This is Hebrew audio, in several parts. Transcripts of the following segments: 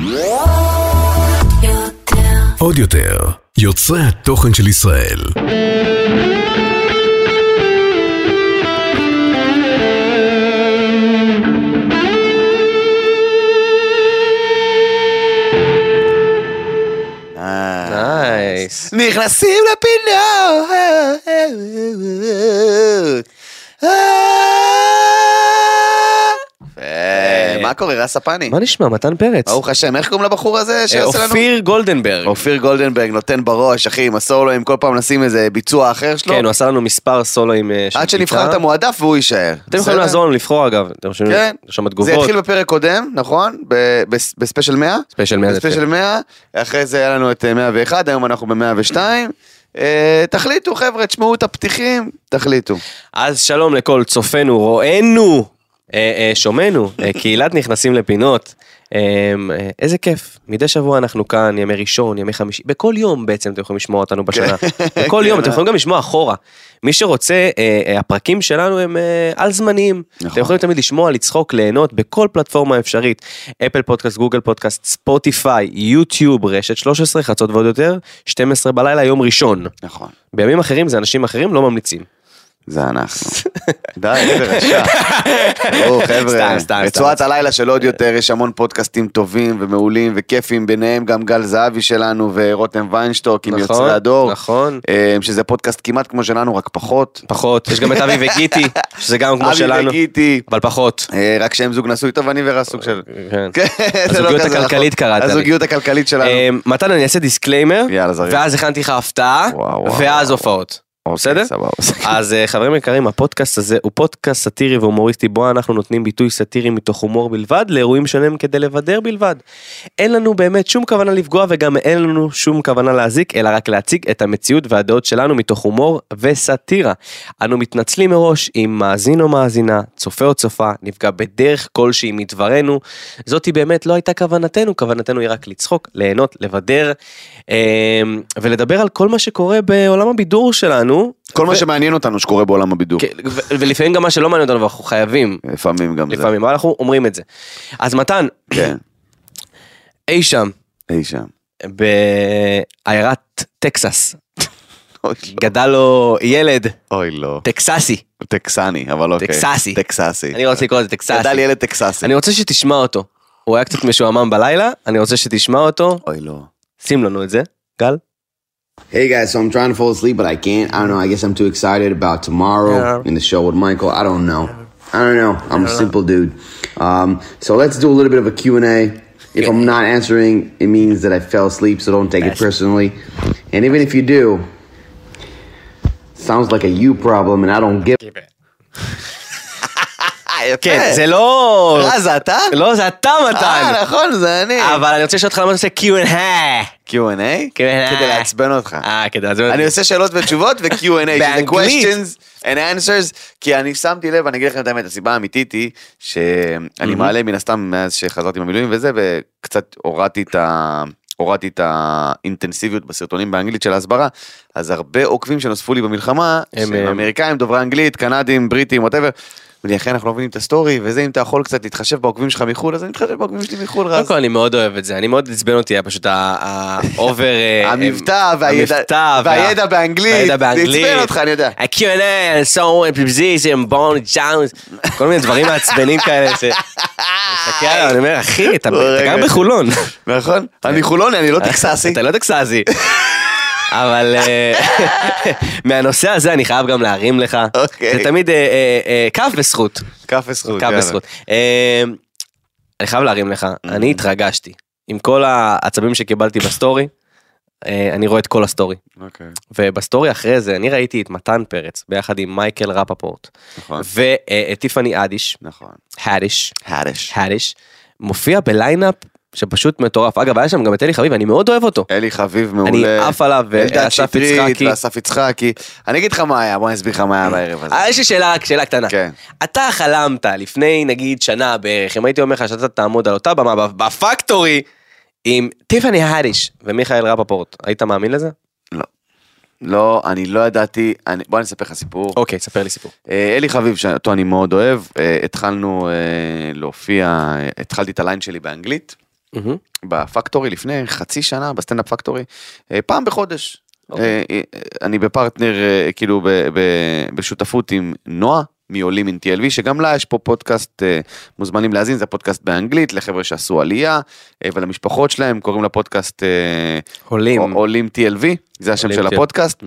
עוד יותר, יוצרי התוכן של ישראל. נייס. נכנסים לפינות. מה קורה, רס הפני? מה נשמע, מתן פרץ? ברוך השם, איך קוראים לבחור הזה שעושה לנו? אופיר גולדנברג. אופיר גולדנברג נותן בראש, אחי, עם הסולואים, כל פעם נשים איזה ביצוע אחר שלו. כן, הוא עשה לנו מספר סולואים. עד שנבחר את המועדף והוא יישאר. אתם יכולים לעזור לנו לבחור אגב. כן. זה התחיל בפרק קודם, נכון? בספיישל 100. בספיישל 100. אחרי זה היה לנו את 101, היום אנחנו ב-102. תחליטו חבר'ה, תשמעו את הפתיחים, תחליטו. אז שלום לכל צופנו, רואינו, שומענו, קהילת נכנסים לפינות. איזה כיף, מדי שבוע אנחנו כאן, ימי ראשון, ימי חמישי, בכל יום בעצם אתם יכולים לשמוע אותנו בשנה, בכל יום, אתם יכולים גם לשמוע אחורה, מי שרוצה, הפרקים שלנו הם על זמניים, אתם יכולים תמיד לשמוע, לצחוק, ליהנות, בכל פלטפורמה אפשרית, אפל פודקאסט, גוגל פודקאסט, ספוטיפיי, יוטיוב, רשת 13, חצות ועוד יותר, 12 בלילה, יום ראשון. נכון. בימים אחרים זה אנשים אחרים, לא ממליצים. זה אנחנו. די, איזה רשע. חבר'ה, רצועת הלילה של עוד יותר, יש המון פודקאסטים טובים ומעולים וכיפים, ביניהם גם גל זהבי שלנו ורותם ויינשטוק עם יוצרי הדור. נכון. שזה פודקאסט כמעט כמו שלנו, רק פחות. פחות, יש גם את אבי וגיטי, שזה גם כמו שלנו. אבי וגיטי. אבל פחות. רק שהם זוג נשוי טוב, אני ורס סוג של... הזוגיות הכלכלית קראת לי. הזוגיות הכלכלית שלנו. מתן, אני אעשה דיסקליימר, ואז הכנתי לך הפתעה, ואז הופעות. בסדר? אז חברים יקרים, הפודקאסט הזה הוא פודקאסט סאטירי והומוריסטי, בו אנחנו נותנים ביטוי סאטירי מתוך הומור בלבד, לאירועים שלהם כדי לבדר בלבד. אין לנו באמת שום כוונה לפגוע, וגם אין לנו שום כוונה להזיק, אלא רק להציג את המציאות והדעות שלנו מתוך הומור וסאטירה. אנו מתנצלים מראש אם מאזין או מאזינה, צופה או צופה, נפגע בדרך כלשהי מדברנו. זאתי באמת לא הייתה כוונתנו, כוונתנו היא רק לצחוק, ליהנות, לבדר, ולדבר על כל מה שקורה בעולם הבידור שלנו. כל מה שמעניין אותנו שקורה בעולם הבידור. ולפעמים גם מה שלא מעניין אותנו, אנחנו חייבים. לפעמים גם זה. לפעמים, אבל אנחנו אומרים את זה. אז מתן, אי שם, בעיירת טקסס, גדל לו ילד, אוי לא. טקססי. טקסני, אבל אוקיי. טקססי. אני רוצה לקרוא את זה טקססי. גדל ילד טקססי. אני רוצה שתשמע אותו. הוא היה קצת משועמם בלילה, אני רוצה שתשמע אותו. אוי לא. שים לנו את זה, גל. Hey guys, so I'm trying to fall asleep, but I can't. I don't know, I guess I'm too excited about tomorrow in the show with Michael. I don't know. I'm a simple dude. So let's do a little bit of a Q&A. If I'm not answering, it means that I fell asleep, so don't take it personally. And even if you do, sounds like a you problem, and I don't give it. כן, זה לא... זה אתה? לא, זה אתה מתן. נכון, זה אני. אבל אני רוצה לשאול אותך למה אתה עושה Q&A. Q&A? כדי לעצבן אותך. כדי לעצבן אותך. אני עושה שאלות ותשובות ו-Q&A, שזה questions and answers, כי אני שמתי לב, אני אגיד לכם את האמת, הסיבה האמיתית היא, שאני מעלה מן הסתם מאז שחזרתי במילואים וזה, וקצת הורדתי את האינטנסיביות בסרטונים באנגלית של ההסברה, אז הרבה עוקבים שנוספו לי במלחמה, שהם אמריקאים, דוברי אנגלית, קנדים, בריטים, whatever, ולכן אנחנו לא מבינים את הסטורי, וזה אם אתה יכול קצת להתחשב בעוקבים שלך מחול, אז אני מתחשב בעוקבים שלי מחול רז. אני מאוד אוהב את זה, אני מאוד עצבן אותי, פשוט האובר... המבטא והידע באנגלית, זה עצבן אותך, אני יודע. ה-Q&A, so position, bone, Jones, כל מיני דברים מעצבנים כאלה, מסתכל עליו, אני אומר, אחי, אתה גר בחולון. נכון, אני חולוני, אני לא טקססי. אתה לא טקססי. אבל מהנושא הזה אני חייב גם להרים לך, זה תמיד כף וזכות. כף וזכות. אני חייב להרים לך, אני התרגשתי, עם כל העצבים שקיבלתי בסטורי, אני רואה את כל הסטורי, ובסטורי אחרי זה אני ראיתי את מתן פרץ, ביחד עם מייקל רפפורט, ואת טיפני הדיש, מופיע בליינאפ, שפשוט מטורף. אגב, היה שם גם את אלי חביב, אני מאוד אוהב אותו. אלי חביב מעולה. אני עף עליו, ואסף יצחקי. אני אגיד לך מה היה, בוא נסביר לך מה היה בערב הזה. יש לי שאלה קטנה. אתה חלמת לפני, נגיד, שנה בערך, אם הייתי אומר לך שאתה תעמוד על אותה במה, בפקטורי, עם טיפני הדיש ומיכאל רפפורט, היית מאמין לזה? לא. לא, אני לא ידעתי, בוא אני אספר לך סיפור. אוקיי, ספר לי סיפור. אלי חביב, שאותו אני מאוד אוהב, התחלנו להופיע, התחלתי את הליין שלי באנגלית, בפקטורי לפני חצי שנה, בסטנדאפ פקטורי, פעם בחודש. אני בפרטנר, כאילו בשותפות עם נועה, מעולים עם TLV, שגם לה יש פה פודקאסט, מוזמנים להזין, זה פודקאסט באנגלית, לחבר'ה שעשו עלייה, ולמשפחות שלהם קוראים לפודקאסט עולים TLV, זה השם של הפודקאסט.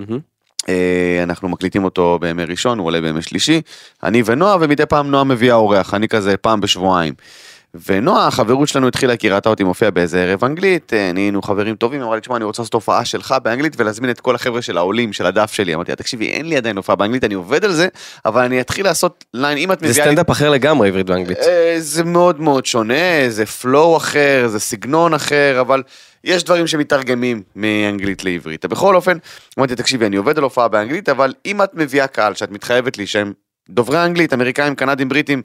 אנחנו מקליטים אותו בימי ראשון, הוא עולה בימי שלישי, אני ונועה, ומדי פעם נועה מביאה אורח, אני כזה פעם בשבועיים. ונועה, החברות שלנו התחילה, כי ראתה אותי מופיע באיזה ערב אנגלית, נהיינו חברים טובים, אמרה לי, תשמע, אני רוצה לעשות הופעה שלך באנגלית, ולהזמין את כל החבר'ה של העולים, של הדף שלי. אמרתי, תקשיבי, אין לי עדיין הופעה באנגלית, אני עובד על זה, אבל אני אתחיל לעשות ליין, אם את מביאה לי... זה סטנדאפ אחר לגמרי, עברית באנגלית. זה מאוד מאוד שונה, זה פלואו אחר, זה סגנון אחר, אבל יש דברים שמתרגמים מאנגלית לעברית. בכל אופן, אמרתי, תקשיבי, אני עובד על הופעה באנגלית, אבל אם את מביאה קהל שאת מתחייבת לי שהם דוברי אנגלית, אמריקאים, קנדים, בריטים,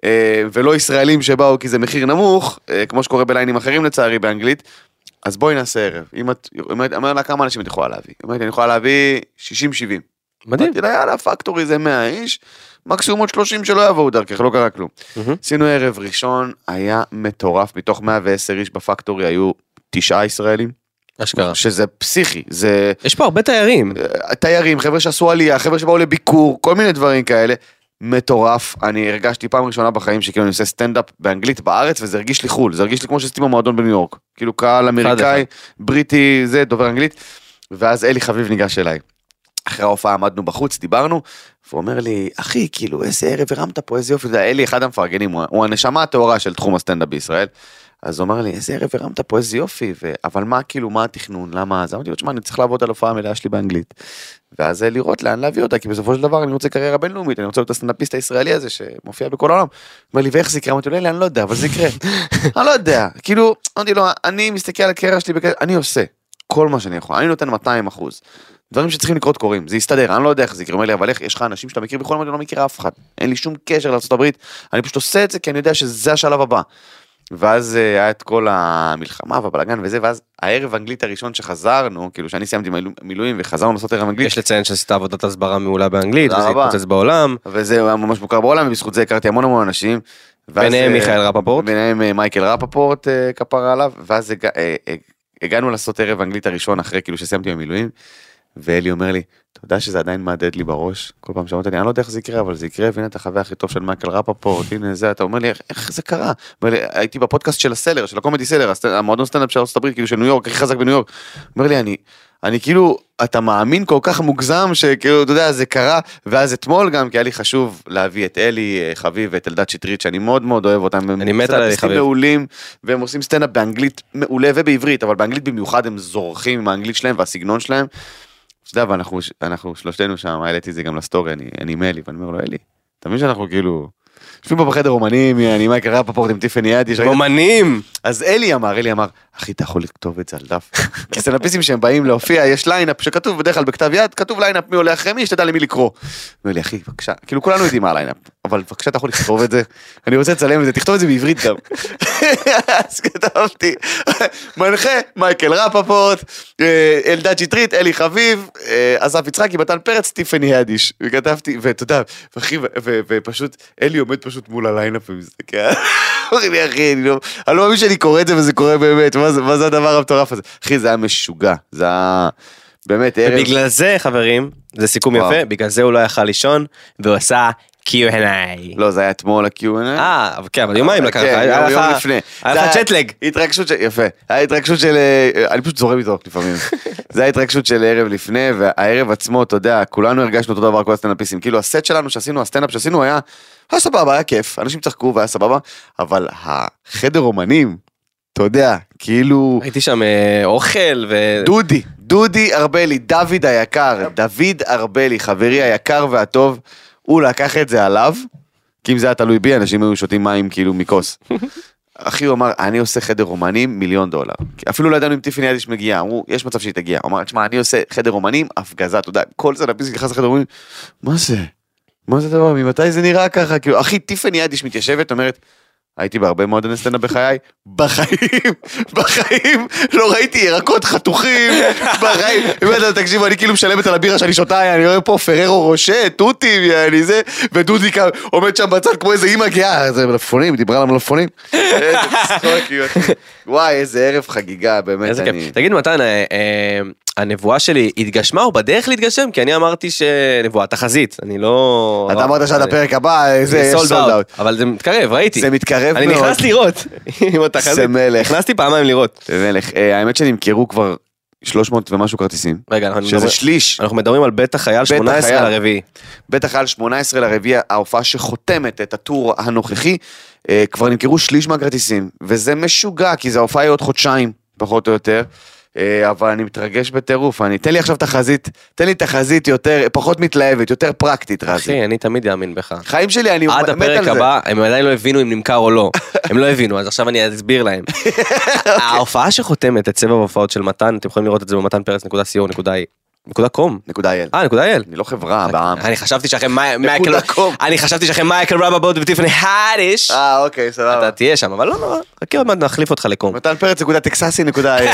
ולא ישראלים שבאו כי זה מחיר נמוך, כמו שקורה בליינים אחרים לצערי באנגלית, אז בואי נעשה ערב. אם את אומרת לה כמה אנשים את יכולה להביא? אומרת, אני יכולה להביא 60-70. מדהים. אמרתי לה, יאללה, פקטורי זה 100 איש, מקסימום עוד 30 שלא יבואו דרכך, לא קרה כלום. עשינו ערב ראשון, היה מטורף, מתוך 110 איש בפקטורי היו 9 ישראלים. אשכרה. שזה פסיכי, זה... יש פה הרבה תיירים. תיירים, חבר'ה שעשו עלייה, חבר'ה שבאו לביקור, כל מיני דברים כאלה. מטורף, אני הרגשתי פעם ראשונה בחיים שכאילו אני עושה סטנדאפ באנגלית בארץ, וזה הרגיש לי חול, זה הרגיש לי כמו שעשיתי במועדון בניו יורק. כאילו קהל אמריקאי, בריטי, זה, דובר אנגלית. ואז אלי חביב ניגש אליי. אחרי ההופעה עמדנו בחוץ, דיברנו, והוא אומר לי, אחי, כאילו, איזה ערב הרמת פה, איזה יופי, אלי אחד המפרגנים, הוא הנשמה התאורה של תחום הסטנדאפ בישראל. אז הוא אומר לי, איזה ערב הרמת פה, איזה יופי, אבל מה כאילו, מה התכנון, למה? אז אמרתי לו, תשמע, אני צריך לעבוד על הופעה המלאה שלי באנגלית. ואז לראות לאן להביא אותה, כי בסופו של דבר אני רוצה קריירה בינלאומית, אני רוצה להיות הסטנדאפיסט הישראלי הזה שמופיע בכל העולם. הוא אומר לי, ואיך זה יקרה? אמרתי לו, אני לא יודע, אבל זה יקרה. אני לא יודע, כאילו, אמרתי לו, אני מסתכל על הקריירה שלי, אני עושה כל מה שאני יכול, אני נותן 200%. דברים שצריכים לקרות קורים, זה יסתדר, אני לא יודע איך זה יקרה, אומר לי, אבל איך, יש לך אנשים שאתה מכיר בכל מה, אני לא מכיר אף אחד, אין לי שום קשר לארצות הברית, אני פשוט עושה את זה, כי אני יודע שזה השלב הבא. ואז היה את כל המלחמה והבלגן וזה, ואז הערב האנגלית הראשון שחזרנו, כאילו שאני סיימתי מילואים וחזרנו לעשות ערב אנגלית. יש לציין שעשית עבודת הסברה מעולה באנגלית, וזה התפוצץ בעולם. וזה היה ממש מוכר בעולם, ובזכות זה הכרתי המון אנשים. ביניהם מיכאל רפפורט. ביניהם מייקל רפפורט כפרה עליו, ואז הגענו לעשות ערב אנגלית הראשון אחרי כאילו שסיימתי במילואים, ואלי אומר לי, אתה יודע שזה עדיין מעדד לי בראש, כל פעם שאמרת לי, אני לא יודע איך זה יקרה, אבל זה יקרה, והנה את החוויה הכי טוב של מייקל רפפורט, הנה זה, אתה אומר לי, איך זה קרה? הייתי בפודקאסט של הסלר, של הקומדי סלר, המועדון סטנדאפ של ארצות הברית, כאילו של ניו יורק, הכי חזק בניו יורק, אומר לי, אני כאילו, אתה מאמין כל כך מוגזם, שכאילו, אתה יודע, זה קרה, ואז אתמול גם, כי היה לי חשוב להביא את אלי חביב ואת אלדד שטרית, שאני מאוד מאוד אוהב אותם, אני מת על אלי חביב. מעולים, והם עושים סטנדאפ באנגלית מעולה ובעברית, אבל באנגלית במיוחד הם זורחים עם האנגלית שלהם והסגנון שלהם. אתה יודע, ואנחנו שלושתנו שם, העליתי את זה גם לסטורי, אני עם אלי, ואני אומר לו, אלי, אתה מבין שאנחנו כאילו, יושבים פה בחדר אומנים, אני מייקל רפפורט עם טיפני ידיש. אומנים! אז אלי אמר, אחי, אתה יכול לכתוב את זה על דף. כי סטנדאפיסטים שהם באים להופיע, יש ליינאפ שכתוב בדרך כלל בכתב יד, כתוב ליינאפ מי עולה אחרי מי, שתדע למי לקרוא. אומר לי, אחי, בבקשה, כאילו כולנו יודעים מה הליינאפ, אבל בבקשה אתה יכול לכתוב את זה, אני רוצה לצלם את זה, תכתוב את זה בעברית גם. אז כתבתי, מנחה, מייקל רפפורט, אלדד שטרית, אלי חביב, אסף יצחקי, מתן פרץ, טיפני ידיש. וכתבתי, ותודה, ופשוט, אלי עומד פשוט מול הליינאפ ומסתכל. אומרים לי, אחי, אני לא מאמין שאני קורא את זה וזה קורה באמת, מה זה הדבר המטורף הזה? אחי, זה היה משוגע, זה היה באמת ערב. ובגלל זה, חברים, זה סיכום יפה, בגלל זה הוא לא יכל לישון, והוא עשה Q&A. לא, זה היה אתמול ה-Q&A. כן, אבל יומיים לקח לך, יום לפני. היה לך צ'טלג. התרגשות של, יפה, ההתרגשות של, אני פשוט זורם איתו לפעמים. זה ההתרגשות של ערב לפני, והערב עצמו, אתה יודע, כולנו הרגשנו אותו דבר, כל הסטנדאפיסטים, כאילו הסט שלנו שעשינו, הסטנדאפ שעשינו היה סבבה, היה כיף, אנשים צחקו והיה סבבה, אבל החדר אומנים, אתה יודע, כאילו... הייתי שם אוכל ו... דודי ארבלי, דוד היקר, דוד ארבלי, חברי היקר והטוב, הוא לקח את זה עליו, כי אם זה היה תלוי בי, אנשים היו שותים מים כאילו מכוס. אחי, הוא אמר, אני עושה חדר אומנים, $1,000,000. אפילו לא ידענו אם טיפני ידיש מגיעה, אמרו, יש מצב שהיא תגיע. הוא אמר, תשמע, אני עושה חדר אומנים, הפגזה, אתה יודע, כל זה נפיס נכנס לחדר אומנים, מה זה? מה זה דבר? ממתי זה נראה ככה? כאילו, אחי, טיפני ידיש מתיישבת, אומרת, הייתי בהרבה מועדוני סטנדאפ בחיי, בחיים, לא ראיתי ירקות חתוכים, בחיים, תקשיבו, אני כאילו משלמת על הבירה שאני שותה, אני רואה פה פררו רושה, טוטי, ודודי עומד שם בצד כמו איזה אימא גאה, זה מלפפונים, דיברה על המלפפונים. וואי, איזה ערב חגיגה, באמת. תגיד מתן, הנבואה שלי התגשמה או בדרך להתגשם? כי אני אמרתי שנבואה, תחזית, אני לא... אתה אמרת שעד הפרק הבא, זה סולד אאוט. אבל זה מתקרב, ראיתי. זה מתקרב מאוד. אני נכנס לראות. זה מלך. נכנסתי פעמיים לראות. זה מלך. האמת שנמכרו כבר 300 ומשהו כרטיסים. רגע, שזה שליש. אנחנו מדברים על בית החייל 18 לרביעי. בית החייל 18 לרביעי, ההופעה שחותמת את הטור הנוכחי, כבר נמכרו שליש מהכרטיסים. וזה משוגע, כי זה ההופעה עוד חודשיים, פחות או יותר. אבל אני מתרגש בטירוף, תן לי עכשיו תחזית, תן לי תחזית יותר, פחות מתלהבת, יותר פרקטית, רזי. אחי, אני תמיד אאמין בך. חיים שלי, אני מת על זה. עד הפרק הבא, הם עדיין לא הבינו אם נמכר או לא. הם לא הבינו, אז עכשיו אני אסביר להם. ההופעה שחותמת את סבב ההופעות של מתן, אתם יכולים לראות את זה במתנפרץ.co.il. .com. .il. אני לא חברה בעם. אני חשבתי שלכם מייקל רבבות וטיפני הדיש. אוקיי, סבבה. אתה תהיה שם, אבל לא, רק עוד מעט נחליף אותך לקום. מתנפרץ.טקססי.il.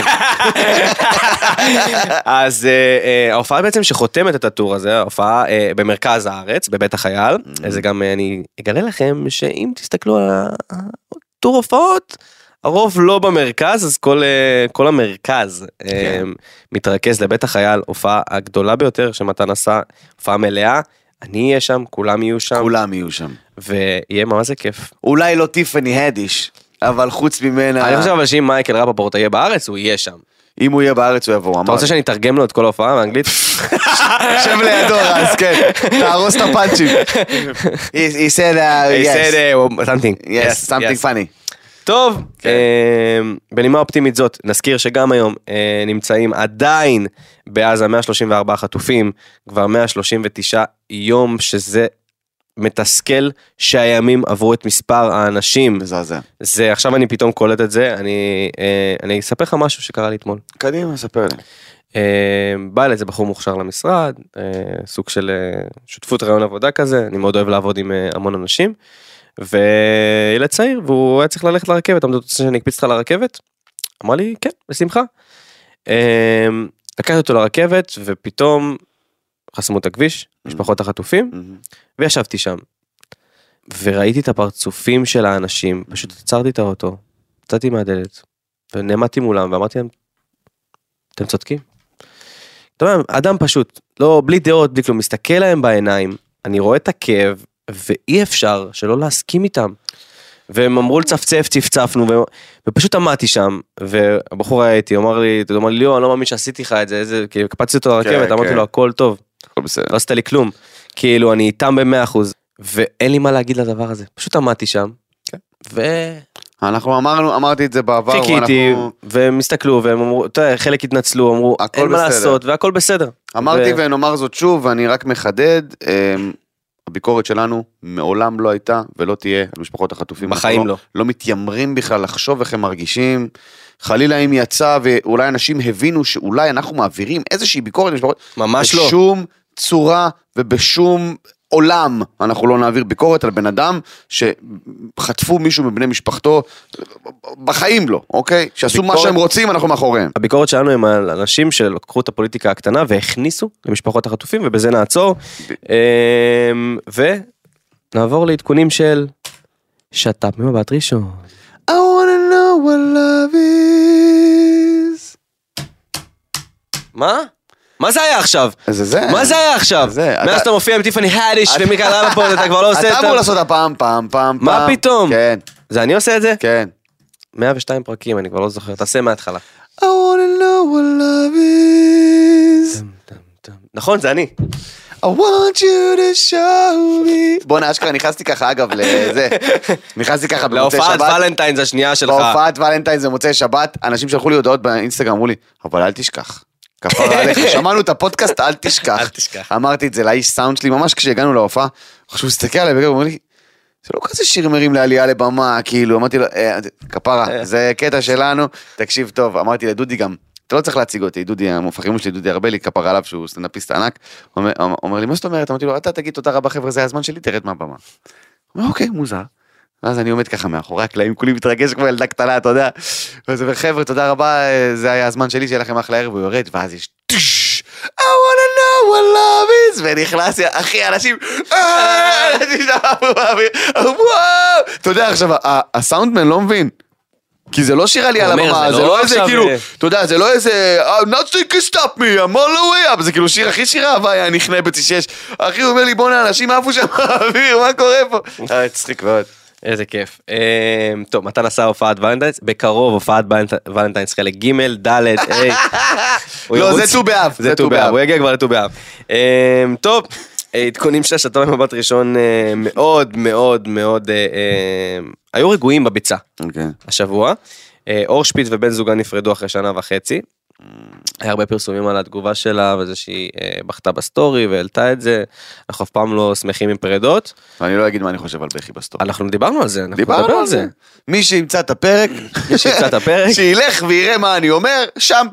אז ההופעה בעצם שחותמת את הטור הזה, ההופעה במרכז הארץ, בבית החייל, זה גם אני אגלה לכם שאם תסתכלו על הטור הופעות, הרוב לא במרכז, אז כל המרכז מתרכז לבית החייל, הופעה הגדולה ביותר שמתן עשה, הופעה מלאה, אני אהיה שם, כולם יהיו שם. כולם יהיו שם. ויהיה ממש כיף. אולי לא טיפני הדיש, אבל חוץ ממנה... אני חושב אבל שאם מייקל רפפורט יהיה בארץ, הוא יהיה שם. אם הוא יהיה בארץ, הוא יבוא. אתה רוצה שאני אתרגם לו את כל ההופעה באנגלית? שב לידו, אז כן, תהרוס את הפאנצ'ים. He said, something. Yes, something funny. טוב, בנימה אופטימית זאת, נזכיר שגם היום נמצאים עדיין בעזה 134 חטופים, כבר 139 יום, שזה מתסכל שהימים עברו את מספר האנשים. זה, עכשיו אני פתאום קולט את זה, אני אספר לך משהו שקרה לי אתמול. קדימה, ספר לי. בא אל איזה בחור מוכשר למשרד, סוג של שותפות רעיון עבודה כזה, אני מאוד אוהב לעבוד עם המון אנשים, וילד צעיר, והוא היה צריך ללכת לרכבת, אתה רוצה שאני אקפיץ אותך לרכבת? אמר לי, כן, בשמחה. לקחתי אותו לרכבת, ופתאום חסמו את הכביש, משפחות החטופים, וישבתי שם. וראיתי את הפרצופים של האנשים, פשוט עצרתי את האוטו, יצאתי מהדלת, ונעמדתי מולם, ואמרתי להם, אתם צודקים. אדם פשוט, לא, בלי דעות, בלי כלום, מסתכל להם בעיניים, אני רואה את הכאב, ואי אפשר שלא להסכים איתם. והם אמרו לצפצף, צפצפנו, ופשוט עמדתי שם, והבחור היה איתי, אמר לי, לא, אני לא מאמין שעשיתי לך את זה, כי קפצתי אותו לרכבת, אמרתי לו, הכל טוב, לא עשית לי כלום, כאילו, אני איתם ב100%, ואין לי מה להגיד לדבר הזה, פשוט עמדתי שם, אנחנו אמרתי את זה בעבר, חיכיתי, והם הסתכלו, והם אמרו, חלק התנצלו, אמרו, אין מה לעשות, והכל בסדר. אמרתי ונאמר זאת שוב, ואני רק מחדד, הביקורת שלנו מעולם לא הייתה ולא תהיה על משפחות החטופים. בחיים לא. לא מתיימרים בכלל לחשוב איך הם מרגישים. חלילה אם יצא ואולי אנשים הבינו שאולי אנחנו מעבירים איזושהי ביקורת למשפחות. ממש לא. בשום צורה ובשום עולם אנחנו לא נעביר ביקורת על בן אדם שחטפו מישהו מבני משפחתו, בחיים לא, אוקיי? שעשו מה שהם רוצים, אנחנו מאחוריהם. הביקורת שלנו הם על אנשים שלקחו את הפוליטיקה הקטנה והכניסו למשפחות החטופים, ובזה נעצור, ונעבור לעדכונים של שטאפ ממבט ראשון. I wanna know what love is. מה זה היה עכשיו? זה. מה זה היה עכשיו? מאז שאתה מופיע עם טיפני הדיש ומייקל רפפורט, אתה כבר לא עושה את זה. אתה אמור לעשות הפעם. מה פתאום? כן. זה אני עושה את זה? כן. 102 פרקים, אני כבר לא זוכר, תעשה מההתחלה. I wanna know what love is. נכון, זה אני. I want you to show me. בוא נאשכרה, נכנסתי ככה אגב לזה. נכנסתי ככה במוצאי שבת. להופעת ולנטיינס השנייה שלך. בהופעת ולנטיינס במוצאי שבת, אנשים שלחו לי הודעות באינסטגרם, אמרו לי, אבל אל תשכח. כפרה עליך, שמענו את הפודקאסט, אל תשכח. אמרתי את זה לאיש סאונד שלי, ממש כשהגענו להופעה, חשוב להסתכל עליי, וגם אמרו לי, זה לא כזה שיר מרים לעלייה לבמה, כאילו, אמרתי לו, כפרה, זה קטע שלנו, תקשיב טוב, אמרתי לדודי גם, אתה לא צריך להציג אותי, דודי, המופכים שלי, דודי ארבלי, כפרה עליו, שהוא סטנדאפיסט ענק, אומר לי, מה זאת אומרת? אמרתי לו, אתה תגיד תודה רבה חבר'ה, זה הזמן שלי, תרד מהבמה. הוא אומר, אוקיי, מוזר. ואז אני עומד ככה מאחורי הקלעים, כולי מתרגש כמו ילדה קטנה, אתה יודע. וחבר'ה, תודה רבה, זה היה הזמן שלי, שיהיה לכם אחלה ערב, הוא יורד, ואז יש I wanna know what love is, ונכנס, אחי, אנשים, אתה יודע, עכשיו, הסאונדמן לא מבין, כי זה לא שירה לי על הבמה, זה לא איזה כאילו, אתה יודע, זה לא איזה, nothing can stop me, I'm all the way up, זה כאילו שיר, הכי שירה הוויה, נכנה בצ'ישש, אחי, הוא אומר לי, בוא אנשים עפו שם באוויר, מה קורה פה? צחיק מאוד. איזה כיף. טוב, מתן עשה הופעת ולנטיינס, בקרוב הופעת ולנטיינס חלק ג' ד' ה'. לא, זה ט"ו באב. זה ט"ו באב, הוא יגיע כבר לט"ו באב. טוב, עדכונים של השת"פ מבט ראשון מאוד מאוד מאוד, היו רגועים בביצה השבוע. אור שפיץ ובן זוגה נפרדו אחרי 1.5 שנה. היה הרבה פרסומים על התגובה שלה, וזה שהיא בכתה בסטורי והעלתה את זה, אנחנו אף פעם לא שמחים עם פרדות. ואני לא אגיד מה אני חושב על בכי בסטורי. אנחנו דיברנו על זה, דיברנו על זה. מי שימצא את הפרק, שילך ויראה מה אני אומר, שם.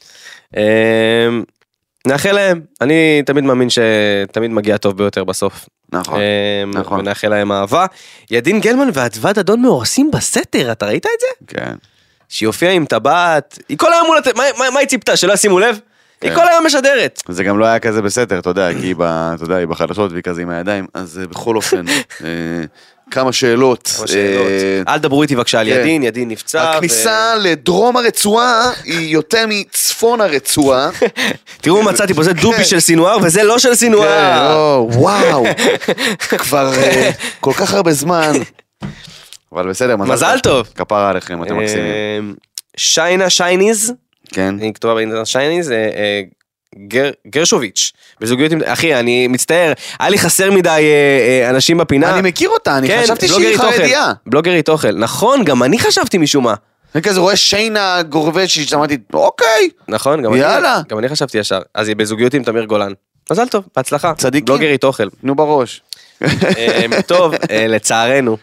נאחל להם, אני תמיד מאמין שתמיד מגיע טוב ביותר בסוף. נכון, נכון. ונאחל להם אהבה. ידין גלמן ואדווד אדון מאורסים בסתר, אתה ראית את זה? כן. שהיא הופיעה עם טבעת, היא כל היום מולדת, מה היא ציפתה, שלא ישימו לב? היא כל היום משדרת. זה גם לא היה כזה בסתר, אתה יודע, כי היא בחדשות והיא כזה עם הידיים, אז בכל אופן, כמה שאלות. אל דברו איתי בבקשה על ידין, ידין נפצע. הכניסה לדרום הרצועה היא יותר מצפון הרצועה. תראו מצאתי פה, זה דובי של סינואר, וזה לא של סינואר. וואו, כבר כל כך הרבה זמן. אבל בסדר, מזל טוב. כפרה עליכם, אתם מקסימים. שייניז, כן. היא כתובה באינטרנט שייניז, גרשוביץ', בזוגיות עם, אחי, אני מצטער, היה לי חסר מדי אנשים בפינה. אני מכיר אותה, אני חשבתי שהיא חרדיה. בלוגרית אוכל, נכון, גם אני חשבתי משום מה. אני כזה רואה שיינה גורבץ' שאמרתי, אוקיי. נכון, גם אני חשבתי ישר. אז היא בזוגיות עם תמיר גולן. מזל טוב, בהצלחה. צדיקים. בלוגרית אוכל. נו בראש. טוב, לצערנו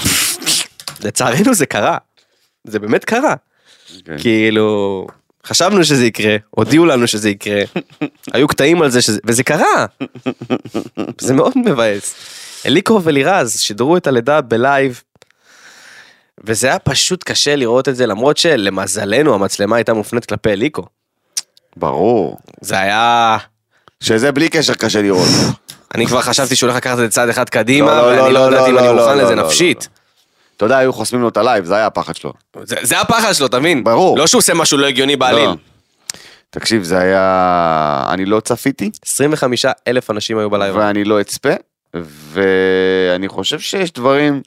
זה קרה. זה באמת קרה. כאילו, חשבנו שזה יקרה, הודיעו לנו שזה יקרה, היו קטעים על זה, וזה קרה. זה מאוד מבאס. אליקו ולירז שידרו את הלידה בלייב, וזה היה פשוט קשה לראות את זה, למרות שלמזלנו המצלמה הייתה מופנית כלפי אליקו. ברור. זה היה... שזה בלי קשר קשה לראות. אני כבר חשבתי שהוא הולך לקחת את זה צעד אחד קדימה, ואני לא יודעת אם אני מוכן לזה נפשית. אתה יודע, היו חוסמים לו את הלייב, זה היה הפחד שלו. זה הפחד שלו, תבין? ברור. לא שהוא עושה משהו לא הגיוני בעליל. תקשיב, זה היה... אני לא צפיתי. 25,000 אנשים היו בלייב. ואני לא אצפה, ואני חושב שיש דברים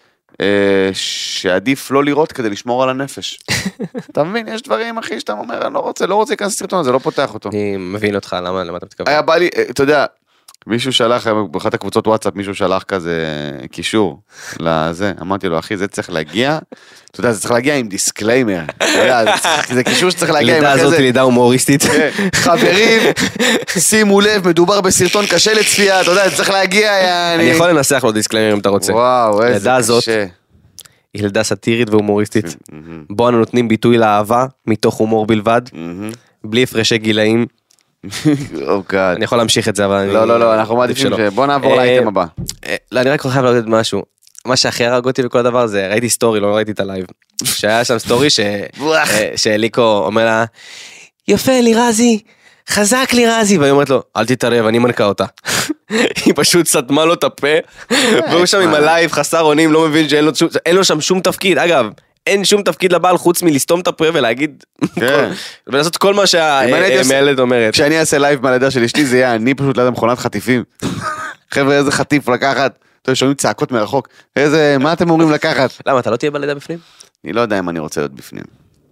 שעדיף לא לראות כדי לשמור על הנפש. אתה מבין, יש דברים, אחי, שאתה אומר, אני לא רוצה להיכנס לסרטון, זה לא פותח אותו. אני מבין אותך, למה אתה מתכוון? היה בא לי, אתה יודע, מישהו שלח, באחת הקבוצות וואטסאפ, מישהו שלח כזה קישור לזה, אמרתי לו, אחי, זה צריך להגיע, אתה יודע, זה צריך להגיע עם דיסקליימר, זה קישור שצריך להגיע עם לידה הזאת לידה הומוריסטית. חברים, שימו לב, מדובר בסרטון קשה לצפייה, אתה יודע, זה צריך להגיע, אני יכול לנסח לו דיסקליימר אם אתה רוצה. וואו, איזה קשה. היא ילדה סאטירית והומוריסטית, בו אנו נותנים ביטוי לאהבה, מתוך הומור בלבד, בלי הפרשי גילאים. אני יכול להמשיך את זה, אבל לא, אנחנו מעדיפים בוא נעבור לאייטם הבא. לא, אני רק חייב להגיד משהו, מה שהכי הרג אותי בכל הדבר הזה, ראיתי סטורי, לא ראיתי את הלייב, שהיה שם סטורי שאליקו אומר לה, יפה לירזי, חזק לירזי, והיא אומרת לו, אל תתערב, אני מנקה אותה. היא פשוט סתמה לו את הפה, והוא שם עם הלייב חסר אונים, לא מבין שאין לו שם שום תפקיד, אגב, אין שום תפקיד לבעל חוץ מלסתום את הפה ולהגיד, ולעשות כל מה שהמילד אומרת. כשאני אעשה לייב מהלידה של אשתי, זה יהיה אני פשוט ליד המכונת חטיפים. חבר'ה, איזה חטיף לקחת, אתם שומעים צעקות מרחוק, מה אתם אומרים לקחת? למה, אתה לא תהיה בלידה בפנים? אני לא יודע אם אני רוצה להיות בפנים.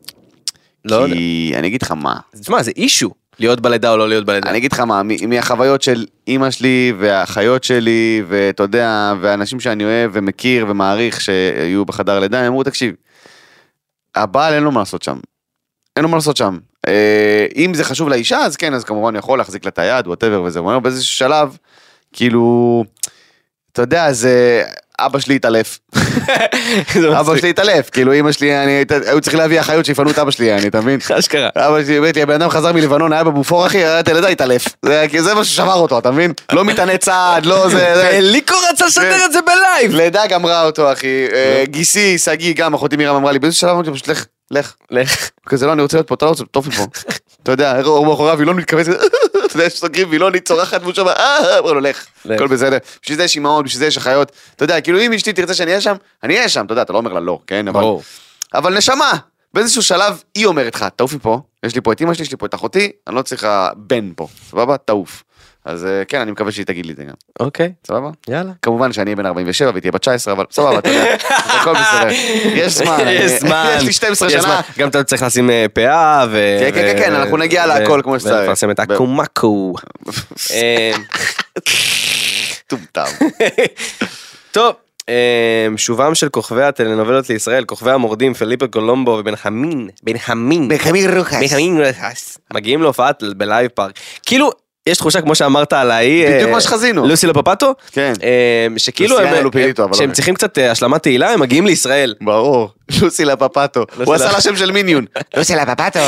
כי אני אגיד לך מה. תשמע, זה אישו, להיות בלידה או לא להיות בלידה. אני אגיד לך מה, מהחוויות של אמא שלי והאחיות שלי, ואתה יודע, ואנשים שאני אוהב ומכיר ומעריך שהיו בחדר לידה, הם אמרו, תקשיב, הבעל אין לו מה לעשות שם. אין לו מה לעשות שם. אם זה חשוב לאישה, אז כן, אז כמובן יכול להחזיק לה את היד, whatever, וזה אומר באיזשהו שלב, כאילו, אתה יודע, אבא שלי התעלף. אבא שלי התעלף, כאילו אמא שלי, היו צריך להביא אחיות שיפנו את אבא שלי, אתה מבין? אשכרה. אבא שלי, הבן אדם חזר מלבנון, היה בבופור אחי, הילדה התעלף. זה מה ששבר אותו, אתה מבין? לא מטעני צעד, לא זה... ואליקו רצה לשדר את זה בלייב. לידה גמרה אותו אחי, גיסי, סגי, גם אחותי מירם אמרה לי, באיזה שלב אמרתי פשוט לך. כזה לא, אני רוצה להיות פה, אתה לא רוצה, טוב מפה. אתה יודע, מאחורי וילון מתכווץ, אתה יודע, שסוגרים וילון, היא צורחת והוא שומע, אמר לו, לך, הכל בסדר. בשביל זה יש אימהות, בשביל זה יש אחיות. אתה יודע, כאילו אם אשתי תרצה שאני אהיה שם, אני אהיה שם, אתה יודע, אתה לא אומר לה לא, כן? אבל נשמה, באיזשהו שלב היא אומרת לך, תעוף מפה, יש לי פה את אמא שלי, יש לי פה את אחותי, אני לא צריכה בן פה, סבבה? תעוף. אז כן, אני מקווה שהיא תגיד לי את זה גם. אוקיי. סבבה? יאללה. כמובן שאני אהיה בן 47 והיא תהיה בת 19, אבל סבבה, אתה יודע, הכל בסדר. יש זמן. יש לי 12 שנה. גם אתה צריך לשים פאה ו... כן, אנחנו נגיע להכל כמו שצריך. ונפרסם את הקומקו. טומטם. טוב. שובם של כוכבי הטלנובלות לישראל, כוכבי המורדים, פליפה קולומבו ובנחמין רוחס, מגיעים להופעת בלייב פארק. כאילו, יש תחושה כמו שאמרת על ההיא, בדיוק מה שחזינו. לוסי לפפטו? כן. שכאילו שהם צריכים קצת השלמת תהילה, הם מגיעים לישראל. ברור, לוסי לפפטו. הוא עשה לה שם של מיניון. לוסי לפפטו.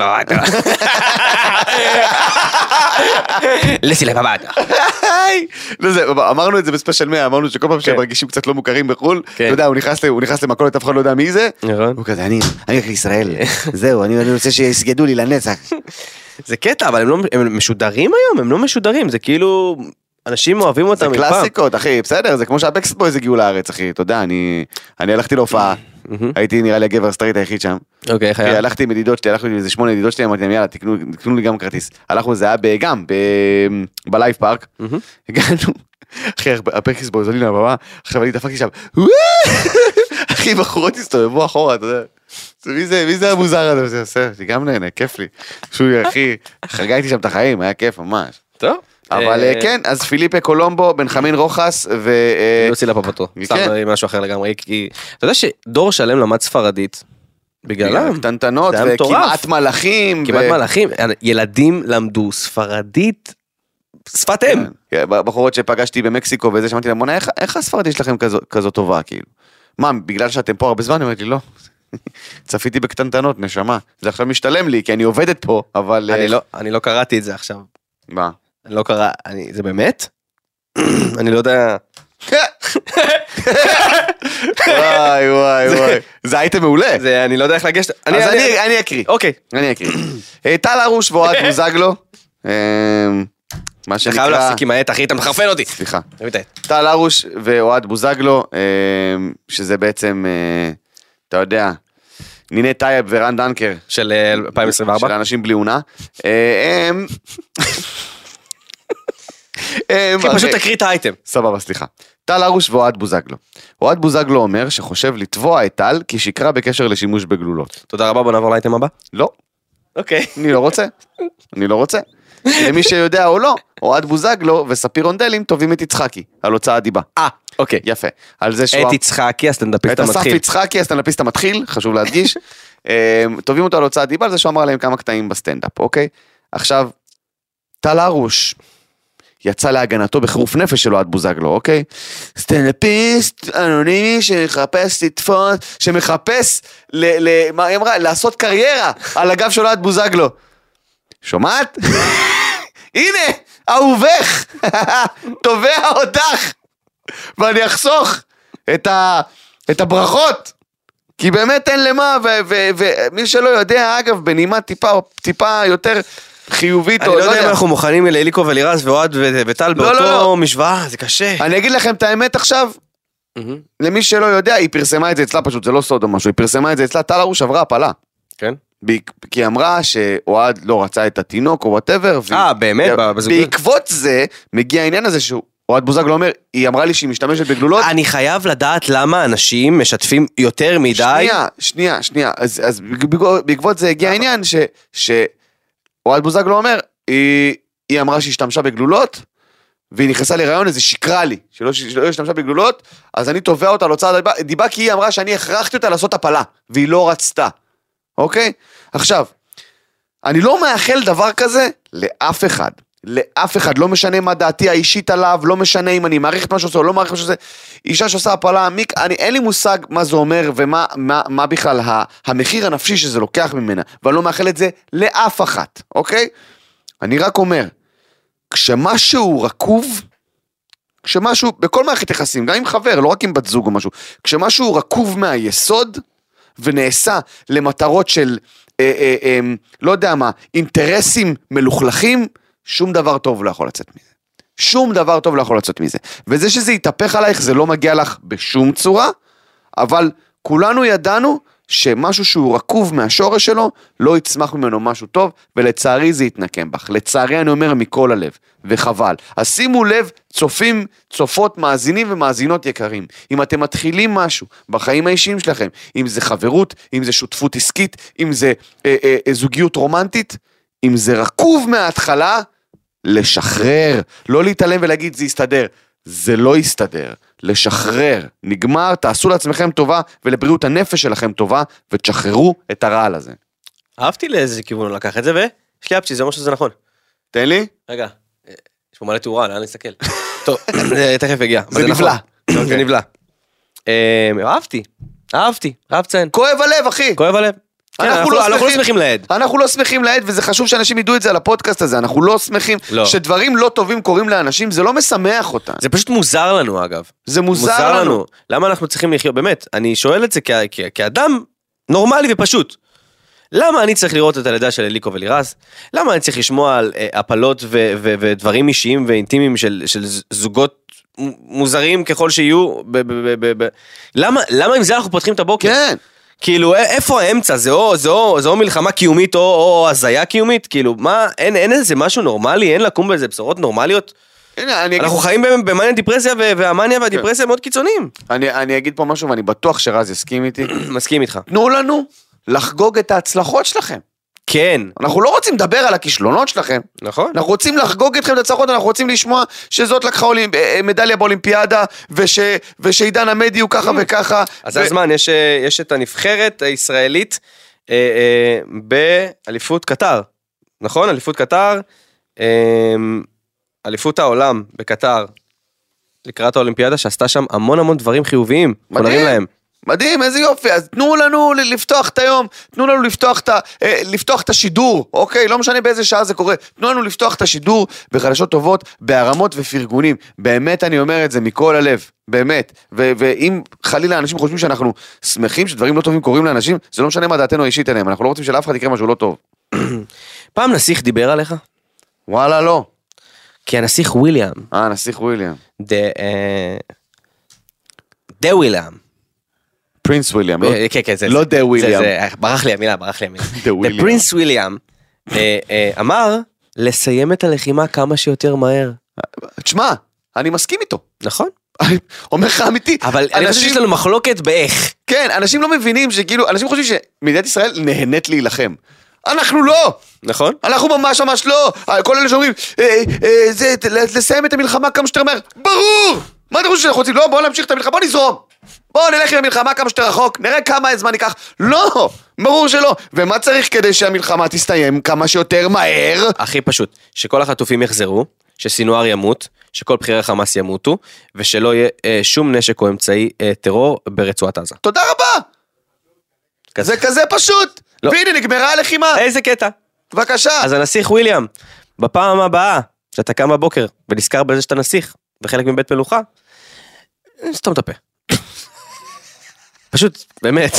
לוסי לפפטו. אמרנו את זה בספיישל 100, אמרנו שכל פעם שהם מרגישים קצת לא מוכרים בחול, אתה יודע, הוא נכנס למכולת, אף אחד לא יודע מי זה, הוא כזה, אני הולך לישראל, זהו, אני רוצה שיסגדו לי לנצח. זה קטע, אבל הם משודרים היום, הם לא משודרים, זה כאילו, אנשים אוהבים אותם מפעם. זה קלאסיקות, אחי, בסדר, זה כמו שהבקסט בויז הגיעו לארץ, אחי, אתה יודע, אני הלכתי להופעה, הייתי נראה לי הגבר הסטרייט היחיד שם, אוקיי, חייב. הלכתי עם ידידות שלי, הלכתי עם איזה 8 ידידות שלי, אמרתי להם, יאללה, תקנו לי גם כרטיס. הלכנו, זה היה גם בלייב פארק, הגענו, אחי, הבקסט בויז עולים לבמה, עכשיו אני דפקתי שם, אחי, בחורות הסתובבו אחורה, אתה יודע. מי זה המוזר הזה? זה עושה, אני גם נהנה, כיף לי. שוי, אחי, חגגתי שם את החיים, היה כיף ממש. טוב. אבל כן, אז פיליפה קולומבו, בנחמין רוחס, לוסי לפפטו. סתם משהו אחר לגמרי, כי אתה יודע שדור שלם למד ספרדית, בגללם. קטנטנות, וכמעט מלאכים. כמעט מלאכים, ילדים למדו ספרדית, שפת אם. בחורות שפגשתי במקסיקו, וזה שמעתי להם, איך הספרדית שלכם כזאת טובה, כאילו? מה, בגלל שאתם פה הרבה זמן, אני אומרת לי, לא. צפיתי בקטנטנות, נשמה. זה עכשיו משתלם לי, כי אני עובדת פה, אבל... אני לא קראתי את זה עכשיו. מה? אני לא קרא... זה באמת? אני לא יודע... וואי. זה הייתם מעולה. אני לא יודע איך לגשת. אז אני אקריא. אוקיי. אני אקריא. טל הרוש ואוהד בוזגלו. מה שנקרא... חייב להפסיק עם העט, אחי, אתה מחרפן אותי. סליחה. טל הרוש ואוהד בוזגלו, שזה בעצם... אתה יודע, ניני טייב ורן דנקר של 2024 של אנשים בלי עונה פשוט תקריא את האייטם. סבבה, סליחה. טל הרוש ואוהד בוזגלו. אוהד בוזגלו אומר שחושב לתבוע את טל כי שיקרה בקשר לשימוש בגלולות. תודה רבה, בוא נעבור לאייטם הבא. לא. אוקיי. אני לא רוצה. למי שיודע או לא, אוהד בוזגלו וספיר רונדלים טובים את יצחקי על הוצאת דיבה. אוקיי. יפה. על זה את יצחקי, הסטנדאפיסט המתחיל. את אסף יצחקי, הסטנדאפיסט המתחיל, חשוב להדגיש. טובים אותו על הוצאת דיבה, על זה שהוא אמר להם כמה קטעים בסטנדאפ, אוקיי? עכשיו, טל הרוש יצא להגנתו בחירוף נפש של אוהד בוזגלו, אוקיי? סטנדאפיסט אנונימי שמחפש לתפוס, שמחפש מה היא אמרה? לעשות קריירה על הגב של אוהד בוזגלו. שומעת? הנה, אהובך, תובע אותך, ואני אחסוך את הברכות, כי באמת אין למה, ומי שלא יודע, אגב, בנימה טיפה יותר חיובית, אני לא יודע אם אנחנו מוכנים לאליקו ולירז ואוהד וטל באותו משוואה, זה קשה. אני אגיד לכם את האמת עכשיו, למי שלא יודע, היא פרסמה את זה אצלה, פשוט זה לא סוד או משהו, היא פרסמה את זה אצלה, טל הרוש עברה הפלה. כן? כי אמרה שאוהד לא רצה את התינוק או whatever. באמת? בעקבות זה מגיע העניין הזה שאוהד בוזגלו אומר, היא אמרה לי שהיא משתמשת בגלולות. אני חייב לדעת למה אנשים משתפים יותר מדי. שנייה. אז בעקבות זה הגיע העניין שאוהד בוזגלו אומר, היא אמרה שהיא השתמשה בגלולות, והיא נכנסה להיריון, איזה שקרה לי, שלא השתמשה בגלולות, אז אני תובע אותה על הוצאת דיבה, כי היא אמרה שאני הכרחתי אותה לעשות הפלה, והיא לא רצתה. אוקיי? עכשיו, אני לא מאחל דבר כזה לאף אחד. לאף אחד, לא משנה מה דעתי האישית עליו, לא משנה אם אני מעריך את מה שעושה או לא מעריך את מה שעושה, אישה שעושה הפלה, אין לי מושג מה זה אומר ומה בכלל המחיר הנפשי שזה לוקח ממנה, ואני לא מאחל את זה לאף אחת, אוקיי? אני רק אומר, כשמשהו רקוב, כשמשהו, בכל מערכת יחסים, גם עם חבר, לא רק עם בת זוג או משהו, כשמשהו רקוב מהיסוד, ונעשה למטרות של, לא יודע מה, אינטרסים מלוכלכים, שום דבר טוב לא יכול לצאת מזה. שום דבר טוב לא יכול לצאת מזה. וזה שזה יתהפך עלייך, זה לא מגיע לך בשום צורה, אבל כולנו ידענו שמשהו שהוא רקוב מהשורש שלו, לא יצמח ממנו משהו טוב, ולצערי זה יתנקם בך. לצערי אני אומר מכל הלב, וחבל. אז שימו לב, צופים, צופות, מאזינים ומאזינות יקרים. אם אתם מתחילים משהו בחיים האישיים שלכם, אם זה חברות, אם זה שותפות עסקית, אם זה זוגיות רומנטית, אם זה רקוב מההתחלה, לשחרר, לא להתעלם ולהגיד זה יסתדר. זה לא יסתדר, לשחרר, נגמר, תעשו לעצמכם טובה ולבריאות הנפש שלכם טובה ותשחררו את הרעל הזה. אהבתי לאיזה כיוון הוא לקח את זה ויש לי אפצ'י, זה אומר שזה נכון. תן לי. רגע, יש פה מלא תאורה, לאן נסתכל? טוב, תכף הגיע. זה נבלע. זה נבלע. אהבתי, רב ציין. כואב הלב אחי. כואב הלב. אנחנו לא שמחים לעד. אנחנו לא שמחים לעד, וזה חשוב שאנשים ידעו את זה על הפודקאסט הזה, אנחנו לא שמחים, שדברים לא טובים קורים לאנשים, זה לא משמח אותם. זה פשוט מוזר לנו אגב. זה מוזר לנו. למה אנחנו צריכים לחיות, באמת, אני שואל את זה כאדם נורמלי ופשוט. למה אני צריך לראות את הלידה של אליקו ולירז? למה אני צריך לשמוע על הפלות ודברים אישיים ואינטימיים של זוגות מוזרים ככל שיהיו? למה עם זה אנחנו פותחים את הבוקר? כן. כאילו, איפה האמצע? זה או מלחמה קיומית או הזיה קיומית? כאילו, מה, אין איזה משהו נורמלי? אין לקום באיזה בשורות נורמליות? אנחנו חיים במאניה דיפרסיה, והמאניה והדיפרסיה מאוד קיצוניים. אני אגיד פה משהו, ואני בטוח שרז יסכים איתי. מסכים איתך. תנו לנו לחגוג את ההצלחות שלכם. כן. אנחנו לא רוצים לדבר על הכישלונות שלכם. נכון. אנחנו רוצים לחגוג אתכם את ההצלחות, אנחנו רוצים לשמוע שזאת לקחה מדליה באולימפיאדה, ושעידן עמדי הוא ככה וככה. אז הזמן, יש את הנבחרת הישראלית באליפות קטר. נכון? אליפות קטר, אליפות העולם בקטר, לקראת האולימפיאדה, שעשתה שם המון דברים חיוביים. מדהים להם. מדהים, איזה יופי, אז תנו לנו לפתוח את היום, תנו לנו לפתוח את השידור, אוקיי? לא משנה באיזה שעה זה קורה, תנו לנו לפתוח את השידור בחדשות טובות, בהרמות ופרגונים, באמת אני אומר את זה מכל הלב, באמת, ואם חלילה אנשים חושבים שאנחנו שמחים שדברים לא טובים קורים לאנשים, זה לא משנה מה דעתנו האישית עליהם, אנחנו לא רוצים שלאף אחד יקרה משהו לא טוב. פעם נסיך דיבר עליך? וואלה לא. כי הנסיך וויליאם. הנסיך וויליאם. דה וויליאם. פרינס וויליאם, לא דה וויליאם. ברח לי המילה. פרינס וויליאם אמר לסיים את הלחימה כמה שיותר מהר. תשמע, אני מסכים איתו. נכון. אומר לך אמיתי. אבל אני חושב שיש לנו מחלוקת באיך. כן, אנשים לא מבינים שכאילו, אנשים חושבים שמדינת ישראל נהנית להילחם. אנחנו לא. נכון. אנחנו ממש לא. כל אלה שאומרים, לסיים את המלחמה כמה שיותר מהר. ברור! מה אתם חושבים שאנחנו רוצים? לא, בואו נמשיך את המלחמה, בואו נזרום. בואו נלך עם המלחמה כמה שיותר רחוק, נראה כמה זמן ייקח. לא, ברור שלא. ומה צריך כדי שהמלחמה תסתיים כמה שיותר מהר? הכי פשוט, שכל החטופים יחזרו, שסינואר ימות, שכל בחירי חמאס ימותו, ושלא יהיה שום נשק או אמצעי טרור ברצועת עזה. תודה רבה. זה כזה פשוט. לא. והנה נגמרה הלחימה. איזה קטע. בבקשה. אז הנסיך וויליאם, בפעם הבאה, שאתה קם בבוקר ונזכר בזה שאתה נסיך, וחלק מבית מלוכה, סתום את הפה. פשוט, באמת.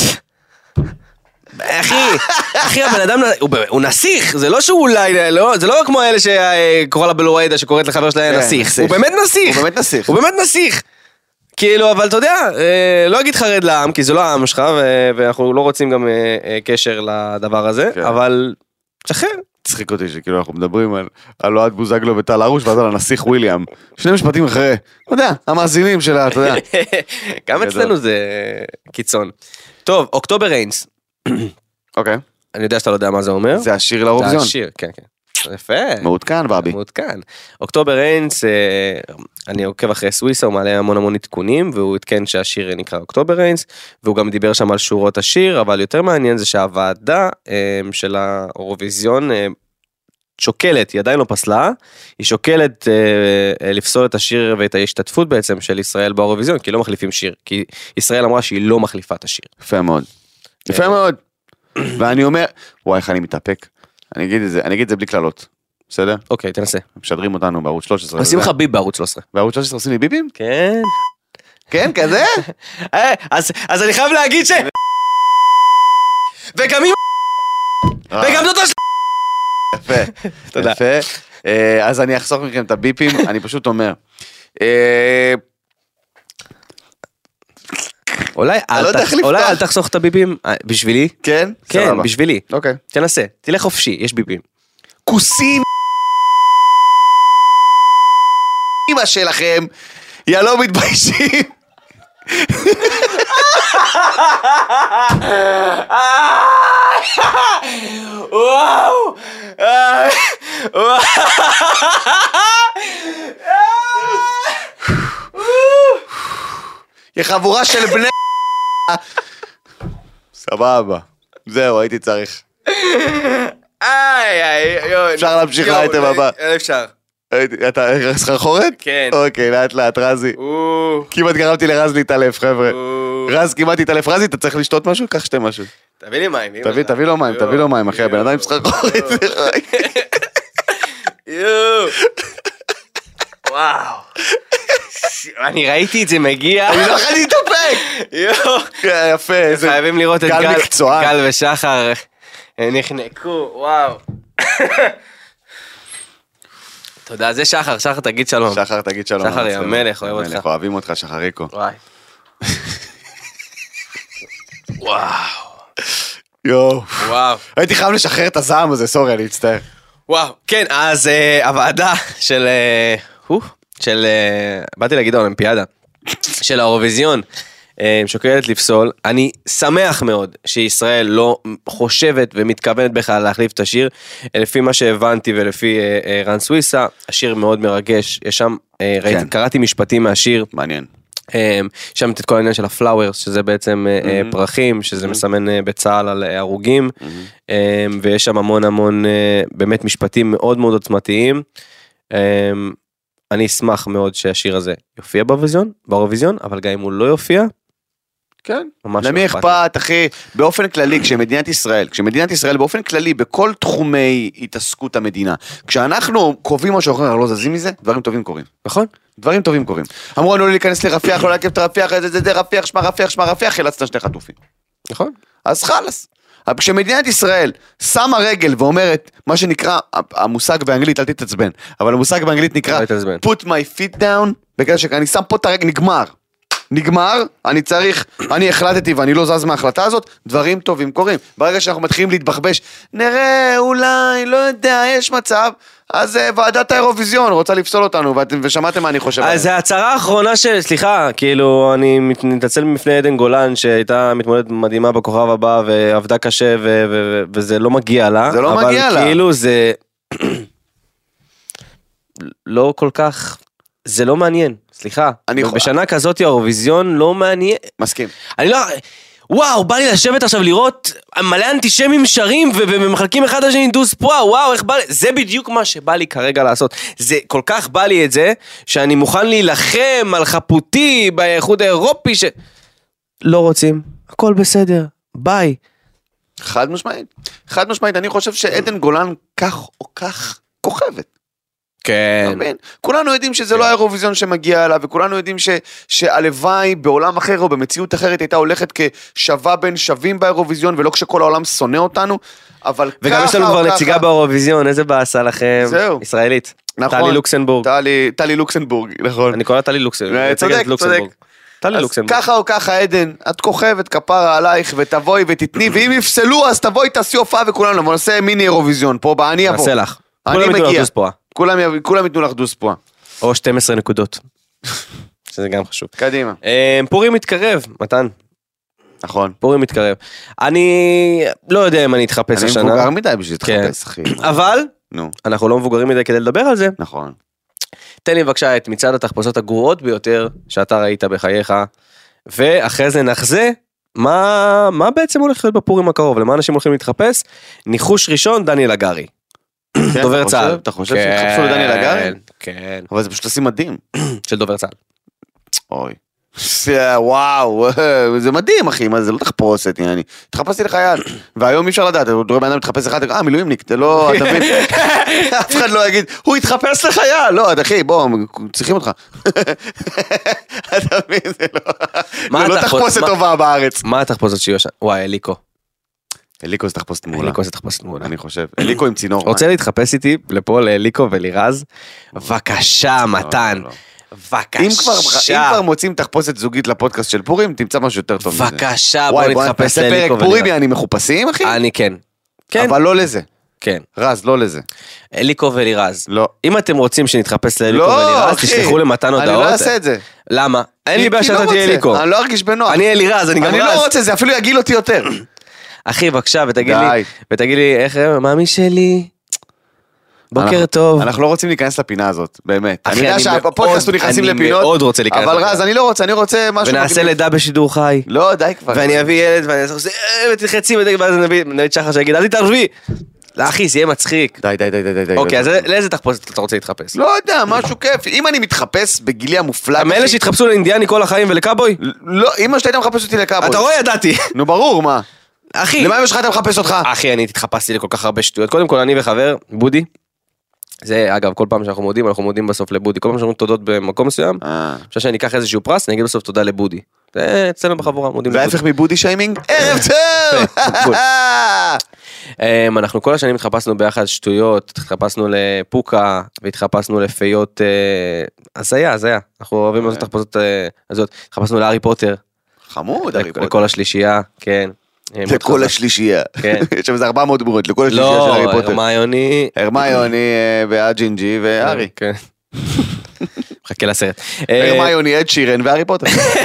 אחי, הבן אדם, הוא נסיך, זה לא שהוא אולי, זה לא כמו אלה שקורא לה בלוריידה, שקוראת לחבר שלה נסיך. הוא באמת נסיך. הוא באמת נסיך. כאילו, אבל אתה יודע, לא אגיד חרד לעם, כי זה לא העם שלך, ואנחנו לא רוצים גם קשר לדבר הזה, אבל שחרר. צחיק אותי שכאילו אנחנו מדברים על אוהד בוזגלו וטל הרוש, ואז על הנסיך וויליאם. שני משפטים אחרי, אתה יודע, המאזינים שלה, אתה יודע. גם אצלנו זה קיצון. טוב, אוקטובר ריינס. אוקיי. אני יודע שאתה לא יודע מה זה אומר. זה השיר לאירוויזיון. זה השיר, כן. יפה. מעודכן, ברבי. מעודכן. אוקטובר ריינס, אני עוקב אחרי סוויסה, הוא מעלה המון עדכונים, והוא עדכן שהשיר נקרא אוקטובר ריינס, והוא גם דיבר שם על שורות השיר, אבל יותר מעניין זה שהוועדה של האירוויזיון שוקלת, היא עדיין לא פסלה, היא שוקלת לפסול את השיר ואת ההשתתפות בעצם של ישראל באירוויזיון, כי לא מחליפים שיר, כי ישראל אמרה שהיא לא מחליפה את השיר. יפה מאוד. יפה מאוד. ואני אומר, וואי, איך אני מתאפק. אני אגיד את זה בלי כללות. בסדר? אוקיי, תנסה. משדרים אותנו בערוץ 13. עושים לך ביב בערוץ 13. בערוץ 13 עושים לי ביבים? כן. כן, כזה? אז אני חייב להגיד ש... וגם אם... וגם דודו של... יפה. תודה. יפה. אז אני אחסוך מכם את הביפים, אני פשוט אומר. אולי אל תחסוך את הביפים בשבילי. כן? כן, בשבילי. אוקיי. תנסה, תלך חופשי, יש ביפים. כוסים אמא שלכם, יא לא מתביישים. וואו. יא חבורה של בני... סבבה. זהו, הייתי צריך. אפשר להמשיך לאייטם הבא. אפשר. אתה סחרחורת? כן. אוקיי, לאט לאט, רזי. כמעט גרמתי לרז להתעלף, חבר'ה. רז כמעט התעלף. רזי, אתה צריך לשתות משהו? קח שתי משהו. תביא לי מים. תביא לו מים, אחי, הבן אדם עם סחרחורת. וואו. אני ראיתי את זה מגיע. אני לא יכולתי להתאפק. יפה. חייבים לראות את גל ושחר. נחנקו, וואו. תודה, זה שחר, תגיד שלום. שחר, תגיד שלום. שחר, יא מלך, אוהב אותך. אוהבים אותך, שחריקו. וואי. וואו. יואו. וואו. הייתי חייב לשחרר את הזעם הזה, סורי, אני אצטער. וואו. כן, אז הוועדה של, באתי להגיד האולימפיאדה, של האירוויזיון, שוקלת לפסול. אני שמח מאוד שישראל לא חושבת ומתכוונת בכלל להחליף את השיר. לפי מה שהבנתי ולפי רן סוויסה, השיר מאוד מרגש. יש שם, קראתי משפטים מהשיר. מעניין. שם את כל העניין של הפלאוורס, שזה בעצם פרחים, שזה מסמן בצהל על הרוגים, ויש שם המון באמת משפטים מאוד מאוד עוצמתיים. אני אשמח מאוד שהשיר הזה יופיע באירוויזיון, אבל גם אם הוא לא יופיע, כן. למי אכפת, אחי, באופן כללי, כשמדינת ישראל באופן כללי, בכל תחומי התעסקות המדינה, כשאנחנו קובעים משהו אחר, לא זזים מזה, דברים טובים קורים. נכון? דברים טובים קורים. אמרו לנו להיכנס לרפיח, לא לעכב את הרפיח, זה רפיח, שמה רפיח, חילצת שני חטופים. נכון? אז חלס. כשמדינת ישראל שמה רגל ואומרת, מה שנקרא, המושג באנגלית, אל תתעצבן, אבל המושג באנגלית נקרא, put my feet down, בגלל שאני שם פה את הרגל, נגמר, אני החלטתי ואני לא זז מההחלטה הזאת, דברים טובים קורים. ברגע שאנחנו מתחילים להתבחבש, נראה, אולי, לא יודע, יש מצב, אז ועדת האירוויזיון רוצה לפסול אותנו, ושמעתם מה אני חושב. אז ההצהרה האחרונה סליחה, כאילו, אני מתנצל בפני עדן גולן, שהייתה מתמודדת מדהימה בכוכב הבא, ועבדה קשה, וזה לא מגיע לה. זה לא מגיע לה. אבל כאילו זה לא כל כך... זה לא מעניין, סליחה. בשנה כזאת האירוויזיון לא מעניין. מסכים. אני לא... וואו, בא לי לשבת עכשיו לראות מלא אנטישמים שרים ומחלקים אחד לשני דוס פה, וואו, איך בא לי... זה בדיוק מה שבא לי כרגע לעשות. זה כל כך בא לי את זה, שאני מוכן להילחם על חפותי באיחוד האירופי לא רוצים, הכל בסדר, ביי. חד משמעית, אני חושב שעדן גולן כך או כך כוכבת. כן. כולנו יודעים שזה לא האירוויזיון שמגיע אליו, וכולנו יודעים שהלוואי בעולם אחר או במציאות אחרת הייתה הולכת כשווה בין שווים באירוויזיון, ולא כשכל העולם שונא אותנו, אבל וגם יש לנו כבר נציגה באירוויזיון, איזה בעשה לכם, ישראלית. נכון. טלי לוקסנבורג. טלי לוקסנבורג, נכון. אני קורא טלי לוקסנבורג. צודק. אז ככה או ככה, עדן, את כוכבת כפרה עלייך, ותבואי ותתני, ואם יפסלו, אז תבואי תעשי הופעה וכולנו, אבל נעשה מיני אירוויזיון פה, אני אבוא. נעשה לך. אני מגיע. כולם יתנו לך דוס פה. או 12 נקודות. שזה גם חשוב. קדימה. פורים מתקרב, מתן. נכון. פורים מתקרב. אני לא יודע אם אני אתחפש השנה. אני מבוגר מדי בשביל להתחפש, אחי. אבל, אנחנו לא מבוגרים מדי כדי לדבר על זה. נכון. תן לי בבקשה את מצעד התחפושות הגרועות ביותר שאתה ראית בחייך, ואחרי זה נחזה, מה בעצם הולך להיות בפורים הקרוב? למה אנשים הולכים להתחפש? ניחוש ראשון, דניאל הגרי. דובר צה"ל. אתה חושב שהתחפשו לדניאל הגרי? כן. אבל זה פשוט לשים מדים. של דובר צה"ל. אוי. וואו, זה מדהים אחי, מה זה לא תחפושת, יעני. התחפשתי לחייל, והיום אי אפשר לדעת, הוא דורי בן אדם מתחפש אחד, מילואימניק, זה לא, אתה מבין, אף אחד לא יגיד, הוא התחפש לחייל, לא, אחי, בוא, צריכים אותך. אתה מבין, זה לא תחפושת טובה בארץ. מה התחפושת שיהיו שם? וואי, אליקו. אליקו זה תחפושת מעולה. אליקו זה תחפושת מעולה. אני חושב, אליקו עם צינור. רוצה להתחפש איתי לפה לאליקו ולירז? בבקשה, מתן. אם כבר מוצאים תחפושת זוגית לפודקאסט של פורים, תמצא משהו יותר טוב מזה. בבקשה, בוא נתחפש לאליקו ולירז. פרק פורים, אני מחופשים, אחי? אני כן. אבל לא לזה. כן. רז, לא לזה. אליקו ולירז. לא. אם אתם רוצים שנתחפש לאליקו ולירז, תשלחו למתן הודעות. אני לא אעשה את זה. למה? אין לי בעיה שאתה תהיה אליקו. אני לא ארגיש בנוח. אני אלירז, אני גם רז. אני לא רוצה, זה אפילו יגיל אותי יותר. אחי, בבקשה, ותגיד לי, איך, מאמי שלי? בוקר טוב. אנחנו לא רוצים להיכנס לפינה הזאת, באמת. אחי, אני יודע שהפודקאסט הוא נכנסים לפינות. אני מאוד רוצה להיכנס. אבל רז, אני רוצה משהו. ונעשה לידה בשידור חי. לא, די כבר. ואני אביא ילד, ואני אעשה ותלחצים, ואז נביא שחר שיגיד, אל תתערבי. לא, אחי, זה יהיה מצחיק. די. אוקיי, אז לאיזה תחפושת אתה רוצה להתחפש? לא יודע, משהו כיף. אם אני מתחפש בגילי המופלג... המאלה שהתחפשו לאינדיאני כל החיים ולקאבוי? לא, אמא שלי הייתה מחפש אותי לקאבוי. אתה רואה, ידעתי. נו, ברור, מה? אחי. למה אמא שלך הייתה מחפש אותך? אחי, אני התחפשתי לכל כך הרבה שטויות. קודם כל, אני וחבר, בודי. זה, אגב, כל פעם שאנחנו מודים בסוף לבודי. כל פעם שאנחנו תודות במקום מסוים, אפשר שאני אקח איזשהו פרס, אני אגיד בסוף תודה לבודי. זה אצלנו בחבורה, מודים לבודי. וההפך מבודי שיימינג? ערב טוב! אנחנו כל השנים התחפשנו ביחד שטויות, התחפשנו לפוקה, והתחפשנו לפיות, הזיה. אנחנו אוהבים לעשות תחפושות הזאת, התחפשנו להארי פוטר. חמוד, הארי פוטר. לכל השלישייה, כן. לכל השלישייה. יש שם איזה 400 דמויות, לכל השלישייה של הארי פוטר. לא, הרמיוני והג'ינג'י והארי. כן. חכה לסרט. הרמיוני, אד שירן והארי פוטר.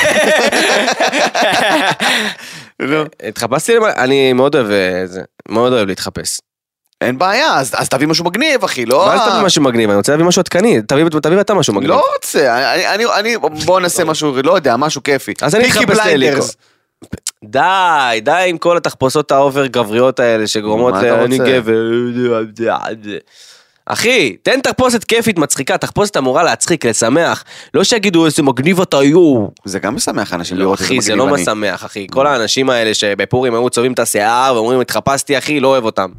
התחפשתי, אני מאוד אוהב להתחפש. אין בעיה, אז תביא משהו מגניב, אחי, לא... מה תביא משהו מגניב? אני רוצה להביא משהו עדכני, תביא אתה משהו מגניב. לא רוצה, בוא נעשה משהו, לא יודע, משהו כיפי. אז אני אתחפש לאליקו. די עם כל התחפושות האובר גבריות האלה שגורמות אני גבר. אחי, תן תחפושת כיפית מצחיקה, תחפושת אמורה להצחיק, לשמח, לא שיגידו איזה מגניב אתה יו. זה גם משמח אנשים לראות איזה מגניב אני. אחי, זה לא משמח, אחי, כל האנשים האלה שבפורים היו צובעים את השיער ואומרים התחפשתי אחי, לא אוהב אותם.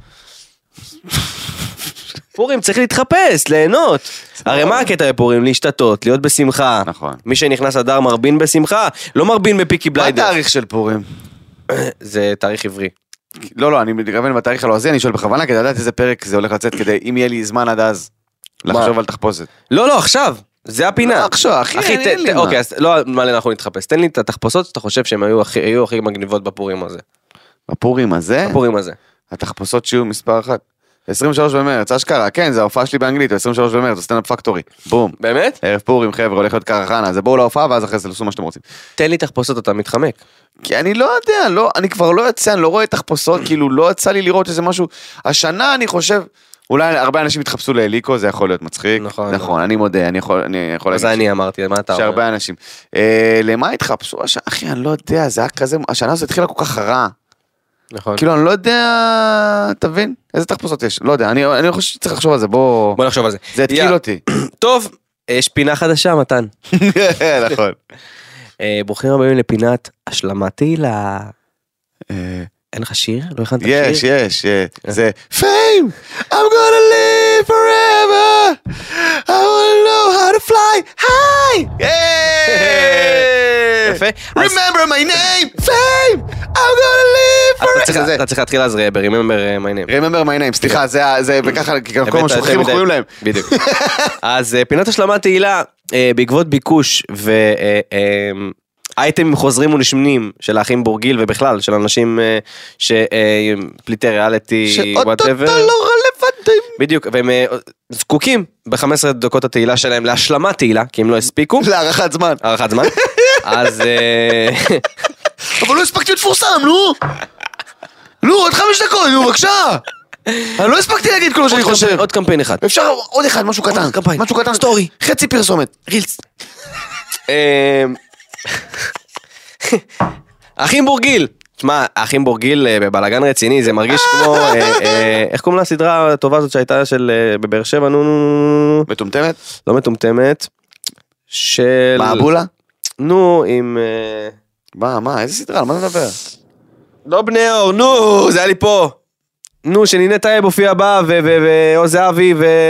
פורים צריך להתחפש, ליהנות. הרי מה הקטע בפורים? להשתתות, להיות בשמחה. נכון. מי שנכנס לדר מרבין בשמחה, לא מרבין בפיקי בליידר. מה התאריך של פורים? זה תאריך עברי. לא, אני מתכוון בתאריך הלועזי, אני שואל בכוונה, כדי לדעת איזה פרק זה הולך לצאת, כדי אם יהיה לי זמן עד אז, לחשוב על תחפושת. לא, עכשיו. זה הפינה. עכשיו, אחי, אין לי מה. אוקיי, אז לא מה אנחנו נתחפש. תן לי את התחפושות שאתה חושב שהן היו הכי מגניבות בפורים הזה. בפורים הזה? בפורים הזה. התחפושות שיהיו מספר 1. 23 במרץ, אשכרה, כן, זה ההופעה שלי באנגלית, 23 במרץ, סטנדאפ פקטורי, בום. באמת? ערב פורים, חבר'ה, הולך להיות קרחנה, אז בואו להופעה, ואז אחרי זה תעשו מה שאתם רוצים. תן לי תחפושות, אתה מתחמק. כי אני לא יודע, אני כבר לא יוצא, אני לא רואה תחפושות, כאילו לא יצא לי לראות איזה משהו. השנה אני חושב, אולי הרבה אנשים יתחפשו לאליקו, זה יכול להיות מצחיק. נכון, אני מודה, אני יכול להגיד. זה אני אמרתי, מה אתה אומר? שהרבה אנשים. למה התחפשו? אחי, אני לא יודע, זה היה כזה, השנה הזאת התחילה כל כך רע. נכון. כאילו אני לא יודע, תבין, איזה תחפושות יש, לא יודע, אני חושב שצריך לחשוב על זה, בוא נחשוב על זה. זה התקיל אותי. טוב, יש פינה חדשה, מתן. נכון. ברוכים הבאים לפינת השלמת תהילה. אין לך שיר? לא הכנת שיר? יש, זה Fame, I'm gonna live forever, I wanna know how to fly high, יפה. Remember my name, Fame, I'm gonna live forever. אתה צריך להתחיל אז ב-Remember my name. Remember my name, סליחה, זה וככה, כל מה שוכחים וחורים להם. בדיוק. אז פינת השלמת תהילה, בעקבות ביקוש אייטמים חוזרים ונשנים של האחים בורגיל ובכלל של אנשים שפליטי ריאליטי שאותו לא רלוונטיים בדיוק והם זקוקים ב-15 דקות התהילה שלהם להשלמת תהילה כי הם לא הספיקו להערכת זמן אז אבל לא הספקתי לתפורסם נו עוד 5 דקות נו בבקשה אני לא הספקתי להגיד כל מה שאני חושב עוד קמפיין אחד אפשר עוד אחד משהו קטן סטורי חצי פרסומת רילס האחים בורגיל, תשמע, האחים בורגיל בבלגן רציני, זה מרגיש כמו איך קוראים לה הסדרה הטובה הזאת שהייתה של בבאר שבע, מטומטמת? לא מטומטמת. של... מעבולה? נו, עם... מה, איזה סדרה? על מה אתה מדבר? לא בני אור, נו, זה היה לי פה. נו, שנינה טייב הופיע בה, ועוז אבי,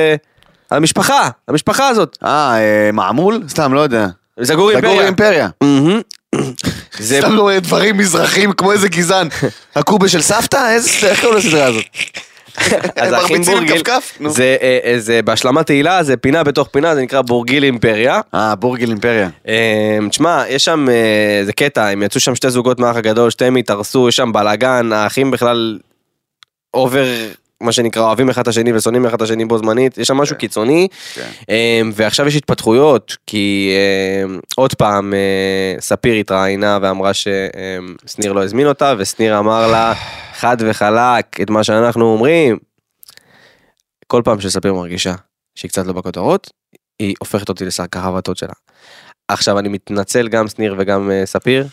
המשפחה הזאת. מעמול? סתם, לא יודע. זגור אימפריה. סתם לא רואה דברים מזרחים כמו איזה גזען. הקובה של סבתא? איך קוראים לסדרה הזאת? אז האחים בורגיל, זה בהשלמת תהילה, זה פינה בתוך פינה, זה נקרא בורגיל אימפריה. בורגיל אימפריה. תשמע, יש שם, זה קטע, הם יצאו שם שתי זוגות מהאח הגדול, שתיהם התארסו, יש שם בלגן, האחים בכלל אובר, מה שנקרא, אוהבים אחד את השני ושונאים אחד את השני בו זמנית, יש שם משהו קיצוני, ועכשיו יש התפתחויות, כי עוד פעם ספיר התראיינה ואמרה שסניר לא הזמין אותה, וסניר אמר לה חד וחלק את מה שאנחנו אומרים. כל פעם שספיר מרגישה שהיא קצת לא בכותרות, היא הופכת אותי לשר כהבתות שלה. עכשיו אני מתנצל גם סניר וגם ספיר.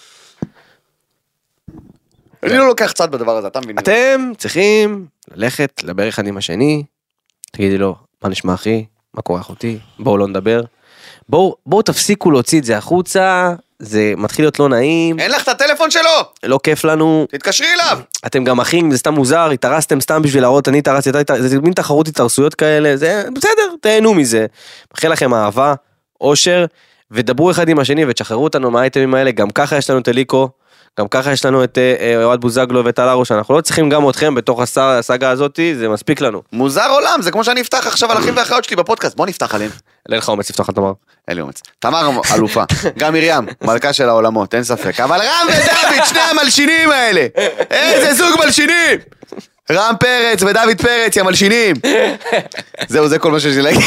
אני לא לוקח צד בדבר הזה, אתה מבין? אתם צריכים ללכת לדבר אחד עם השני, תגידי לו, מה נשמע אחי? מה קורה אחותי? בואו לא נדבר. בואו תפסיקו להוציא את זה החוצה, זה מתחיל להיות לא נעים. אין לך את הטלפון שלו! לא כיף לנו. תתקשרי אליו! אתם גם אחים, זה סתם מוזר, התארסתם סתם בשביל להראות, אני התארסתי, זה מין תחרות התארסויות כאלה, זה בסדר, תהנו מזה. מאחל לכם אהבה, אושר, ודברו אחד עם השני ותשחררו אותנו מהאייטמים האלה, גם ככה יש לנו את אליקו, גם ככה יש לנו את אוהד בוזגלו ואת הלרוש, אנחנו לא צריכים גם אתכם בתוך הסאגה הזאת, זה מספיק לנו. מוזר עולם, זה כמו שאני אפתח עכשיו על אחים ואחיות שלי בפודקאסט, בוא נפתח עליהם. אין לך אומץ לפתוח על תמר. אין לי אומץ. תמר אלופה, גם מרים, מלכה של העולמות, אין ספק, אבל רם ודוד, שני המלשינים האלה, איזה זוג מלשינים! רם פרץ ודוד פרץ, יא מלשינים! זהו, זה כל מה שיש לי להגיד.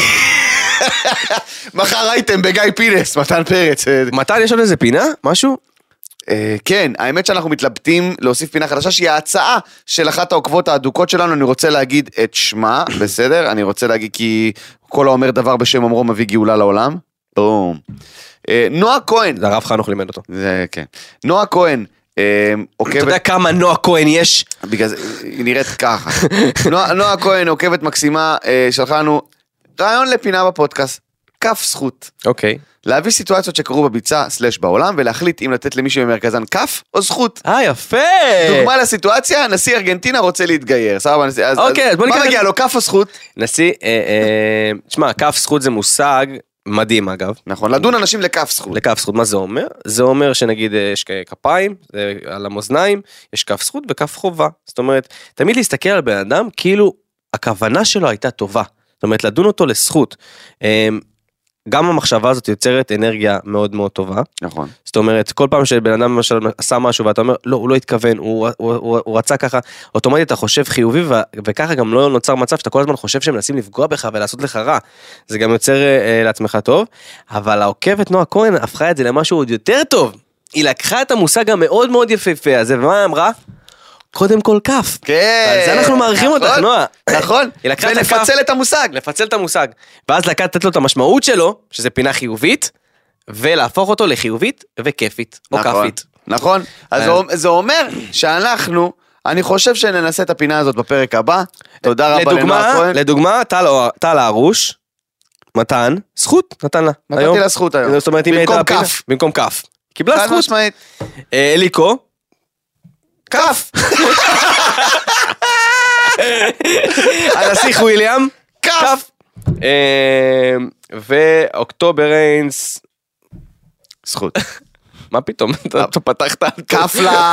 מחר הייתם בגיא פינס, מתן פרץ. מתן, יש עוד איזה פינה? משהו? כן, האמת שאנחנו מתלבטים להוסיף פינה חדשה, שהיא ההצעה של אחת העוקבות האדוקות שלנו, אני רוצה להגיד את שמה, בסדר? אני רוצה להגיד כי כל האומר דבר בשם אומרו מביא גאולה לעולם. בום. נועה כהן. זה הרב חנוך לימד אותו. זה, כן. נועה כהן, עוקבת... אתה יודע כמה נועה כהן יש? בגלל זה, היא נראית ככה. נועה כהן, עוקבת מקסימה, שלחה לנו רעיון לפינה בפודקאסט, כף זכות. אוקיי. להביא סיטואציות שקרו בביצה סלש בעולם, ולהחליט אם לתת למישהו במרכזן כף או זכות. יפה. דוגמה לסיטואציה, נשיא ארגנטינה רוצה להתגייר. סבבה, אז אוקיי, אז בוא נקרא. מה מגיע לו, כף או זכות? נשיא, תשמע, כף זכות זה מושג מדהים אגב. נכון, לדון אנשים לכף זכות. לכף זכות, מה זה אומר? זה אומר שנגיד יש כפיים, על המאזניים, יש כף זכות וכף חובה. זאת אומרת, תמיד להסתכל על בן אדם, כאילו הכוונה שלו הייתה טובה. זאת אומרת, לדון אותו לזכות. גם המחשבה הזאת יוצרת אנרגיה מאוד מאוד טובה. נכון. זאת אומרת, כל פעם שבן אדם עשה משהו ואתה אומר, לא, הוא לא התכוון, הוא רצה ככה, אוטומטית אתה חושב חיובי, וככה גם לא נוצר מצב שאתה כל הזמן חושב שהם מנסים לפגוע בך ולעשות לך רע. זה גם יוצר לעצמך טוב, אבל העוקבת נועה כהן הפכה את זה למשהו עוד יותר טוב. היא לקחה את המושג המאוד מאוד יפהפה הזה, ומה אמרה? קודם כל כף. כן. אז אנחנו מעריכים אותך, נועה. נכון. ולפצל את המושג. לפצל את המושג. ואז לתת לו את המשמעות שלו, שזה פינה חיובית, ולהפוך אותו לחיובית וכיפית, או כפית. נכון. אז זה אומר שאנחנו, אני חושב שננסה את הפינה הזאת בפרק הבא. תודה רבה לנועה כהן. לדוגמה, טל הרוש, מתן, זכות נתן לה. נתתי לה זכות היום. זאת אומרת, במקום כף. במקום כף. קיבלה זכות. אליקו. כף. הנסיך וויליאם. כף. ואוקטובר ריינס. זכות. מה פתאום? אתה פתחת? כף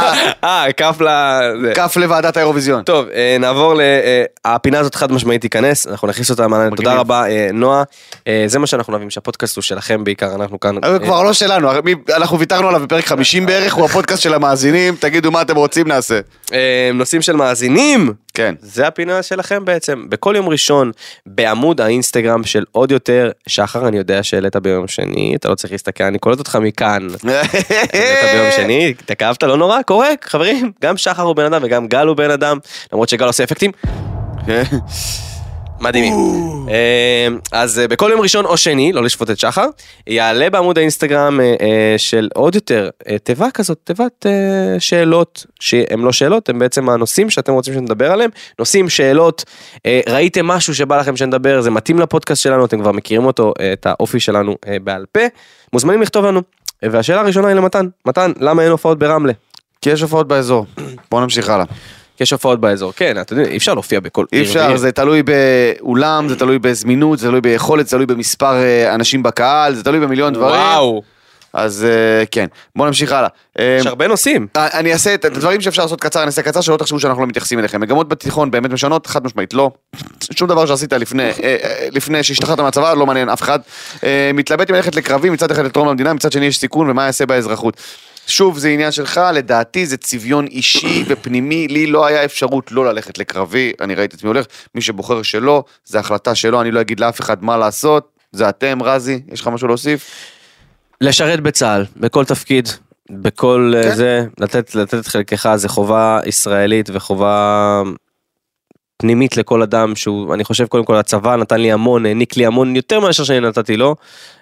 כף לוועדת האירוויזיון. טוב, נעבור הפינה הזאת חד משמעית תיכנס, אנחנו נכניס אותה, תודה רבה נועה, זה מה שאנחנו נבין, שהפודקאסט הוא שלכם בעיקר, אנחנו כאן. כבר לא שלנו, אנחנו ויתרנו עליו בפרק 50 בערך, הוא הפודקאסט של המאזינים, תגידו מה אתם רוצים נעשה. נושאים של מאזינים, כן. זה הפינה שלכם בעצם, בכל יום ראשון, בעמוד האינסטגרם של עוד יותר, שחר אני יודע שהעלית ביום שני, אתה לא צריך להסתכל, אני קולט אותך מכאן. העלית ביום שני, תקבת, לא נורא, קורה, חברים, גם שחר הוא בן אדם וגם גל הוא בן אדם, למרות שגל עושה אפקטים. מדהימים. אז בכל יום ראשון או שני, לא לשפוט את שחר, יעלה בעמוד האינסטגרם של עוד יותר תיבה כזאת, תיבת שאלות, שהן לא שאלות, הן בעצם הנושאים שאתם רוצים שנדבר עליהם, נושאים, שאלות, ראיתם משהו שבא לכם שנדבר, זה מתאים לפודקאסט שלנו, אתם כבר מכירים אותו, את האופי שלנו בעל פה, מוזמנים לכתוב לנו. והשאלה הראשונה היא למתן, מתן, למה אין הופעות ברמלה? כי יש הופעות באזור, בואו נמשיך הלאה. יש הופעות באזור, כן, אתה יודע, אי אפשר להופיע בכל... אי אפשר, זה תלוי באולם, זה תלוי בזמינות, זה תלוי ביכולת, זה תלוי במספר אנשים בקהל, זה תלוי במיליון דברים. וואו. אז כן, בוא נמשיך הלאה. יש הרבה נושאים. אני אעשה את הדברים שאפשר לעשות קצר, אני אעשה קצר, שלא תחשבו שאנחנו לא מתייחסים אליכם. מגמות בתיכון באמת משנות, חד משמעית, לא. שום דבר שעשית לפני שהשתחררת מהצבא, לא מעניין אף אחד. מתלבט אם ללכת לקרבי, מצד אחד לתרום למדינה, מצד שני יש סיכון, ומה יעשה באזרחות. שוב, זה עניין שלך, לדעתי זה צביון אישי ופנימי, לי לא היה אפשרות לא ללכת לקרבי, אני ראיתי את מי הולך, מי שבוחר שלא, זה החלטה שלו, אני לא אגיד לאף אחד מה לעשות, זה אתם, רזי, יש לך משהו להוסיף? לשרת בצה"ל, בכל תפקיד, בכל זה, לתת את חלקך, זה חובה ישראלית וחובה פנימית לכל אדם, שהוא, אני חושב קודם כל הצבא נתן לי המון, העניק לי המון, יותר מאשר שאני נתתי לו,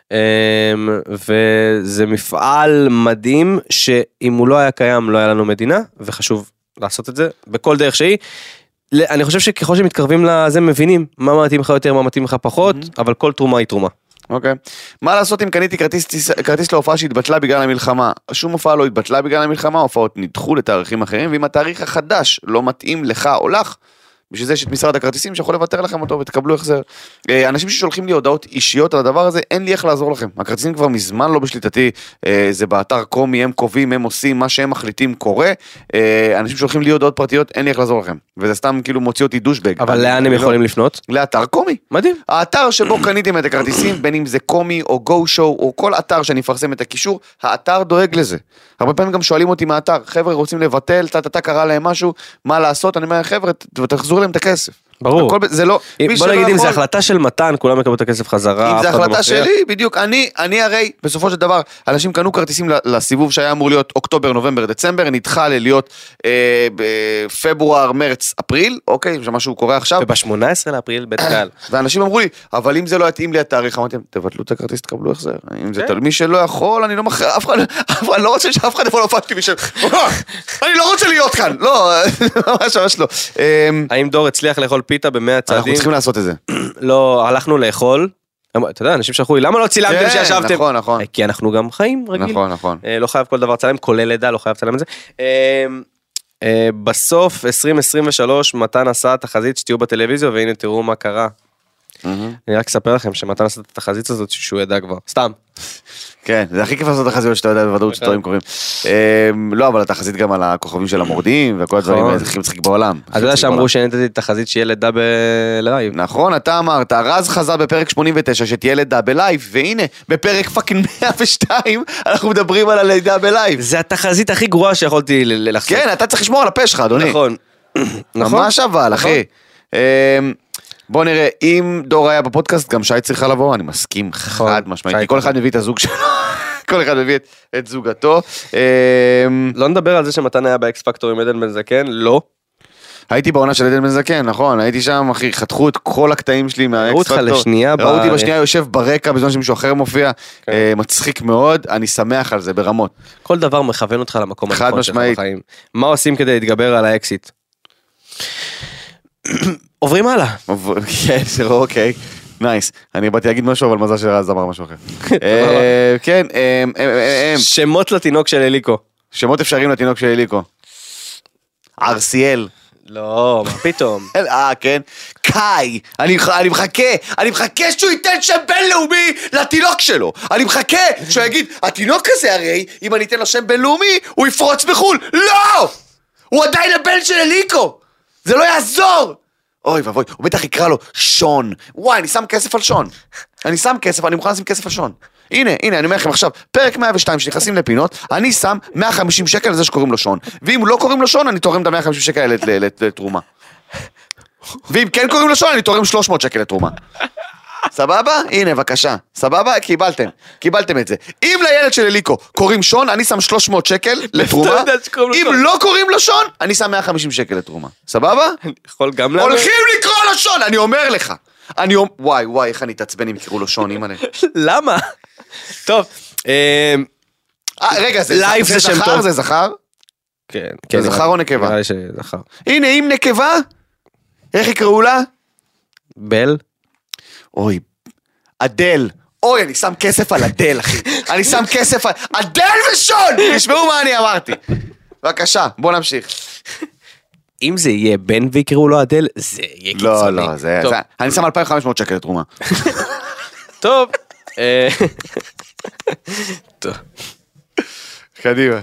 וזה מפעל מדהים, שאם הוא לא היה קיים, לא היה לנו מדינה, וחשוב לעשות את זה, בכל דרך שהיא, אני חושב שככל שמתקרבים לזה מבינים, מה מתאים לך יותר, מה מתאים לך פחות, אבל כל תרומה היא תרומה. אוקיי. מה לעשות אם קניתי כרטיס להופעה שהתבטלה בגלל המלחמה? שום הופעה לא התבטלה בגלל המלחמה, הופעות נדחו לתאריכים אחרים, ואם התאריך החדש לא מתאים לך או לך, בשביל זה יש את משרד הכרטיסים שיכול לוותר לכם אותו ותקבלו החזר. אנשים ששולחים לי הודעות אישיות על הדבר הזה, אין לי איך לעזור לכם. הכרטיסים כבר מזמן לא בשליטתי, זה באתר קומי, הם קובעים, הם עושים, מה שהם מחליטים קורה. אנשים שולחים לי הודעות פרטיות, אין לי איך לעזור לכם. וזה סתם כאילו מוציא אותי דושבג. אבל לאן הם יכולים לפנות? לאתר קומי. מדהים. האתר שבו קניתם את הכרטיסים, בין אם זה קומי או גו שואו, או כל אתר שאני אפרסם את הקישור, האתר דואג לזה. הרבה פעמים גם שואלים אותי מהאתר, חבר'ה רוצים לבטל, אתה קרא להם משהו, מה לעשות? אני אומר, חבר'ה, תחזרו להם את הכסף. ברור. זה לא, בוא נגיד אם זה החלטה של מתן, כולם יקבלו את הכסף חזרה. אם זה החלטה שלי, בדיוק, אני הרי, בסופו של דבר, אנשים קנו כרטיסים לסיבוב שהיה אמור להיות אוקטובר, נובמבר, דצמבר, נדחה להיות פברואר, מרץ, אפריל, אוקיי, זה משהו קורה עכשיו. וב-18 לאפריל בית קהל. ואנשים אמרו לי, אבל אם זה לא יתאים לי התאריך, אמרתי, תבטלו את הכרטיס, תקבלו החזר. מי שלא יכול, אני לא מכיר, אף אחד, אני לא רוצה שאף אחד יבוא להופעתי משם. אני לא רוצה להיות כאן, לא, ממש לא. האם דור הצליח לאכול פיתה ב100 צעדים? אנחנו צריכים לעשות את זה. לא, הלכנו לאכול. אתה יודע, אנשים שלחו לי, למה לא צילמתם שישבתם? נכון, נכון. כי אנחנו גם חיים רגיל. נכון, נכון. לא חייב כל דבר צלם, כולל לידה, לא חייב צלם את זה. בסוף 2023 מתן עשה תחזית שתהיו בטלוויזיה, והנה תראו מה קרה. אני רק אספר לכם שמתן עשה את התחזית הזאת שהוא ידע כבר. סתם. כן, זה הכי כיף לעשות תחזיות שאתה יודע בוודאות שדברים קורים. לא, אבל התחזית גם על הכוכבים של המורדים, וכל הדברים האלה, זה הכי מצחיק בעולם. אתה יודע שאמרו שנתתי תחזית שיהיה לידה בלייב. נכון, אתה אמרת, רז חזה בפרק 89 שתהיה לידה בלייב, והנה, בפרק פאקינג 102, אנחנו מדברים על הלידה בלייב. זה התחזית הכי גרועה שיכולתי לחשוב. כן, אתה צריך לשמור על הפה שלך, אדוני. נכון. ממש אבל, אחי. בוא נראה, אם דור היה בפודקאסט, גם שי צריכה לבוא, אני מסכים חד משמעית, כל אחד מביא את הזוג שלו, כל אחד מביא את זוגתו. לא נדבר על זה שמתן היה באקס פקטור עם עדן בן זקן, לא. הייתי בעונה של עדן בן זקן, נכון, הייתי שם, אחי, חתכו את כל הקטעים שלי מהאקס פקטור. ראו אותך לשנייה. ראו אותי בשנייה יושב ברקע, בזמן שמישהו אחר מופיע, מצחיק מאוד, אני שמח על זה ברמות. כל דבר מכוון אותך למקום הנכון שלך בחיים. מה עושים כדי להתגבר על האקסיט? עוברים הלאה. כן, אוקיי, נייס. אני באתי להגיד משהו, אבל מזל שרז אמר משהו אחר. כן, שמות לתינוק של אליקו. שמות אפשריים לתינוק של אליקו. ארסיאל. לא, מה פתאום? כן. קאי. אני מחכה שהוא ייתן שם בינלאומי לתינוק שלו. אני מחכה שהוא יגיד, התינוק הזה הרי, אם אני אתן לו שם בינלאומי, הוא יפרוץ בחול. לא! הוא עדיין הבן של אליקו. זה לא יעזור! אוי ובוי, הוא בטח יקרא לו שון. וואי, אני שם כסף על שון. אני מוכן לשים כסף על שון. הנה, אני אומר לכם עכשיו, פרק 102 שנכנסים לפינות, אני שם 150 שקל לזה שקוראים לו שון. ואם לא קוראים לו שון, אני תורם את ה-150 שקל לתרומה. ואם כן קוראים לו שון, אני תורם 300 שקל לתרומה. סבבה? הנה, בבקשה. סבבה? קיבלתם את זה. אם לילד של אליקו קוראים שון, אני שם 300 שקל לתרומה. אם לא קוראים לו שון, אני שם 150 שקל לתרומה. סבבה? אני יכול גם הולכים לקרוא לו שון, אני אומר לך. וואי, איך אני תעצבן אם יקראו לו שון, אימא'לה. למה? טוב. רגע, זה זכר? זה זכר? כן. זה זכר או נקבה? נראה לי שזכר. הנה, אם נקבה, איך יקראו לה? בל? אוי, אדל. אוי, אני שם כסף על אדל, אחי. אני שם כסף על... אדל ושון! תשמעו מה אני אמרתי. בבקשה, בוא נמשיך. אם זה יהיה בן ויקראו לו אדל, זה יהיה קיצוני. לא, זה... אני שם 2,500 שקל לתרומה. טוב. טוב. קדימה.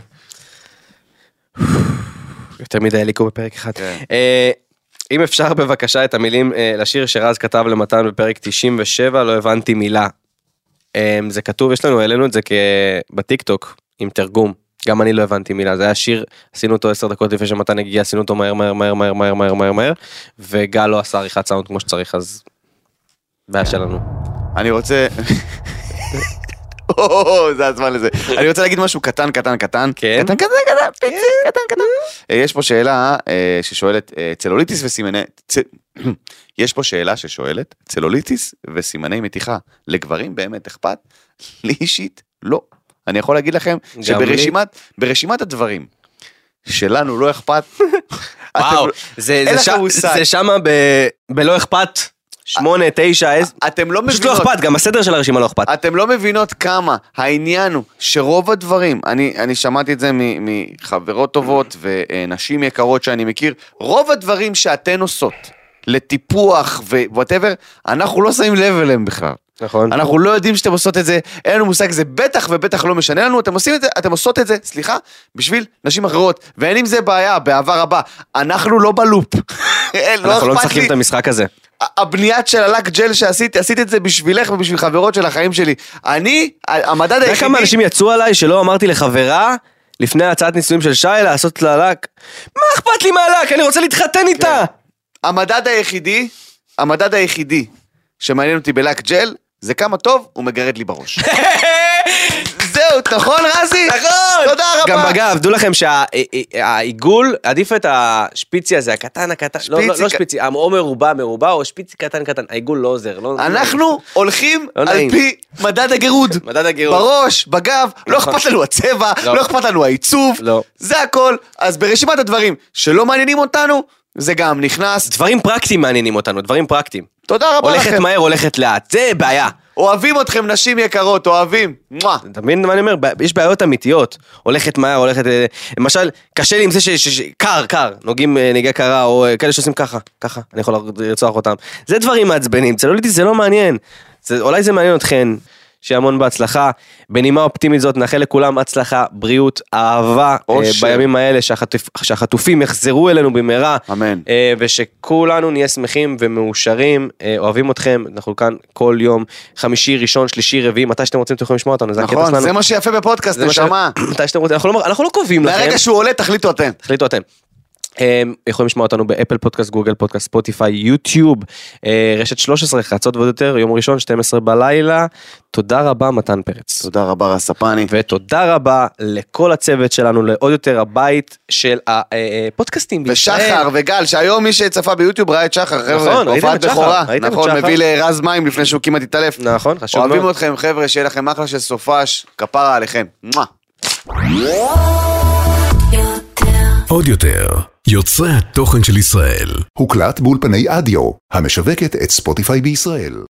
יותר מדי אליקו בפרק אחד. אם אפשר בבקשה את המילים לשיר שרז כתב למתן בפרק 97, לא הבנתי מילה. זה כתוב, העלינו את זה בטיקטוק עם תרגום. גם אני לא הבנתי מילה, זה היה שיר, עשינו אותו 10 דקות לפני שמתן הגיע, עשינו אותו מהר, וגל לא עשה עריכת סאונד כמו שצריך, אז בעיה שלנו. אני רוצה... זה הזמן לזה. אני רוצה להגיד משהו קטן. כן? קטן. יש פה שאלה ששואלת צלוליטיס וסימני... יש פה שאלה ששואלת צלוליטיס וסימני מתיחה. לגברים באמת אכפת? לי אישית לא. אני יכול להגיד לכם שברשימת הדברים שלנו לא אכפת. וואו, זה שמה בלא אכפת. 8, 9, 10, אתם לא מבינות, פשוט לא אכפת, גם הסדר של הרשימה לא אכפת. אתם לא מבינות כמה העניין הוא שרוב הדברים, אני שמעתי את זה מחברות טובות ונשים יקרות שאני מכיר, רוב הדברים שאתן עושות לטיפוח ווואטאבר, אנחנו לא שמים לב אליהם בכלל. נכון. אנחנו לא יודעים שאתם עושות את זה, אין לנו מושג, זה בטח ובטח לא משנה לנו, אתם עושות את זה, בשביל נשים אחרות, ואין עם זה בעיה, בעבר הבא, אנחנו לא בלופ. אנחנו לא משחקים את המשחק הזה. הבניית של הלק ג'ל שעשיתי, עשיתי את זה בשבילך ובשביל חברות של החיים שלי. המדד היחידי... וכמה אנשים יצאו עליי שלא אמרתי לחברה, לפני הצעת ניסויים של שי, לעשות ללק, מה אכפת לי מהלק? אני רוצה להתחתן איתה. המדד היחידי שמעניין אותי בלק ג'ל, זה כמה טוב, הוא מגרד לי בראש. זהו, נכון רזי? נכון! תודה רבה. גם בגב, דעו לכם שהעיגול, עדיף את השפיצי הזה, הקטן, לא שפיצי, או מרובע, או שפיצי קטן, העיגול לא עוזר. אנחנו הולכים על פי מדד הגירוד. בראש, בגב, לא אכפת לנו הצבע, לא אכפת לנו העיצוב, זה הכל. אז ברשימת הדברים שלא מעניינים אותנו, זה גם נכנס. דברים פרקטיים מעניינים אותנו, דברים פרקטיים. תודה רבה לכם. הולכת מהר, הולכת לאט, זה בעיה. אוהבים אתכם נשים יקרות, אוהבים. אתה מבין מה אני אומר? יש בעיות אמיתיות. הולכת מהר, הולכת... למשל, קשה לי עם זה קר, נוגעים נהיגה קרה, או כאלה שעושים ככה, אני יכול לרצוח אותם. זה דברים מעצבנים, צלוליטיס זה לא מעניין. אולי זה מעניין אתכן. שיהיה המון בהצלחה, בנימה אופטימית זאת נאחל לכולם הצלחה, בריאות, אהבה, בימים האלה שהחטופים יחזרו אלינו במהרה, אמן. ושכולנו נהיה שמחים ומאושרים, אוהבים אתכם, אנחנו כאן כל יום, חמישי, ראשון, שלישי, רביעי, מתי שאתם רוצים אתם יכולים לשמוע אותנו, נכון, זה מה שיפה בפודקאסט, נשמה. מתי שאתם רוצים, אנחנו לא קובעים לכם. ברגע שהוא עולה, תחליטו אתם. יכולים לשמוע אותנו באפל פודקאסט, גוגל פודקאסט, ספוטיפיי, יוטיוב, רשת 13, חצות ועוד יותר, יום ראשון, 12 בלילה. תודה רבה מתן פרץ. תודה רבה רספני. ותודה רבה לכל הצוות שלנו, לעוד יותר הבית של הפודקאסטים בישראל. ושחר וגל, שהיום מי שצפה ביוטיוב ראה את שחר, חבר'ה, הופעת בכורה. נכון, מביא לרז מים לפני שהוא כמעט התעלף. נכון, חשוב מאוד. אוהבים אתכם חבר'ה, שיהיה לכם אחלה של סופש, כפרה עליכם. עוד יותר, יוצרי התוכן של ישראל. הוקלט באולפני אדיו, המשווקת את ספוטיפיי בישראל.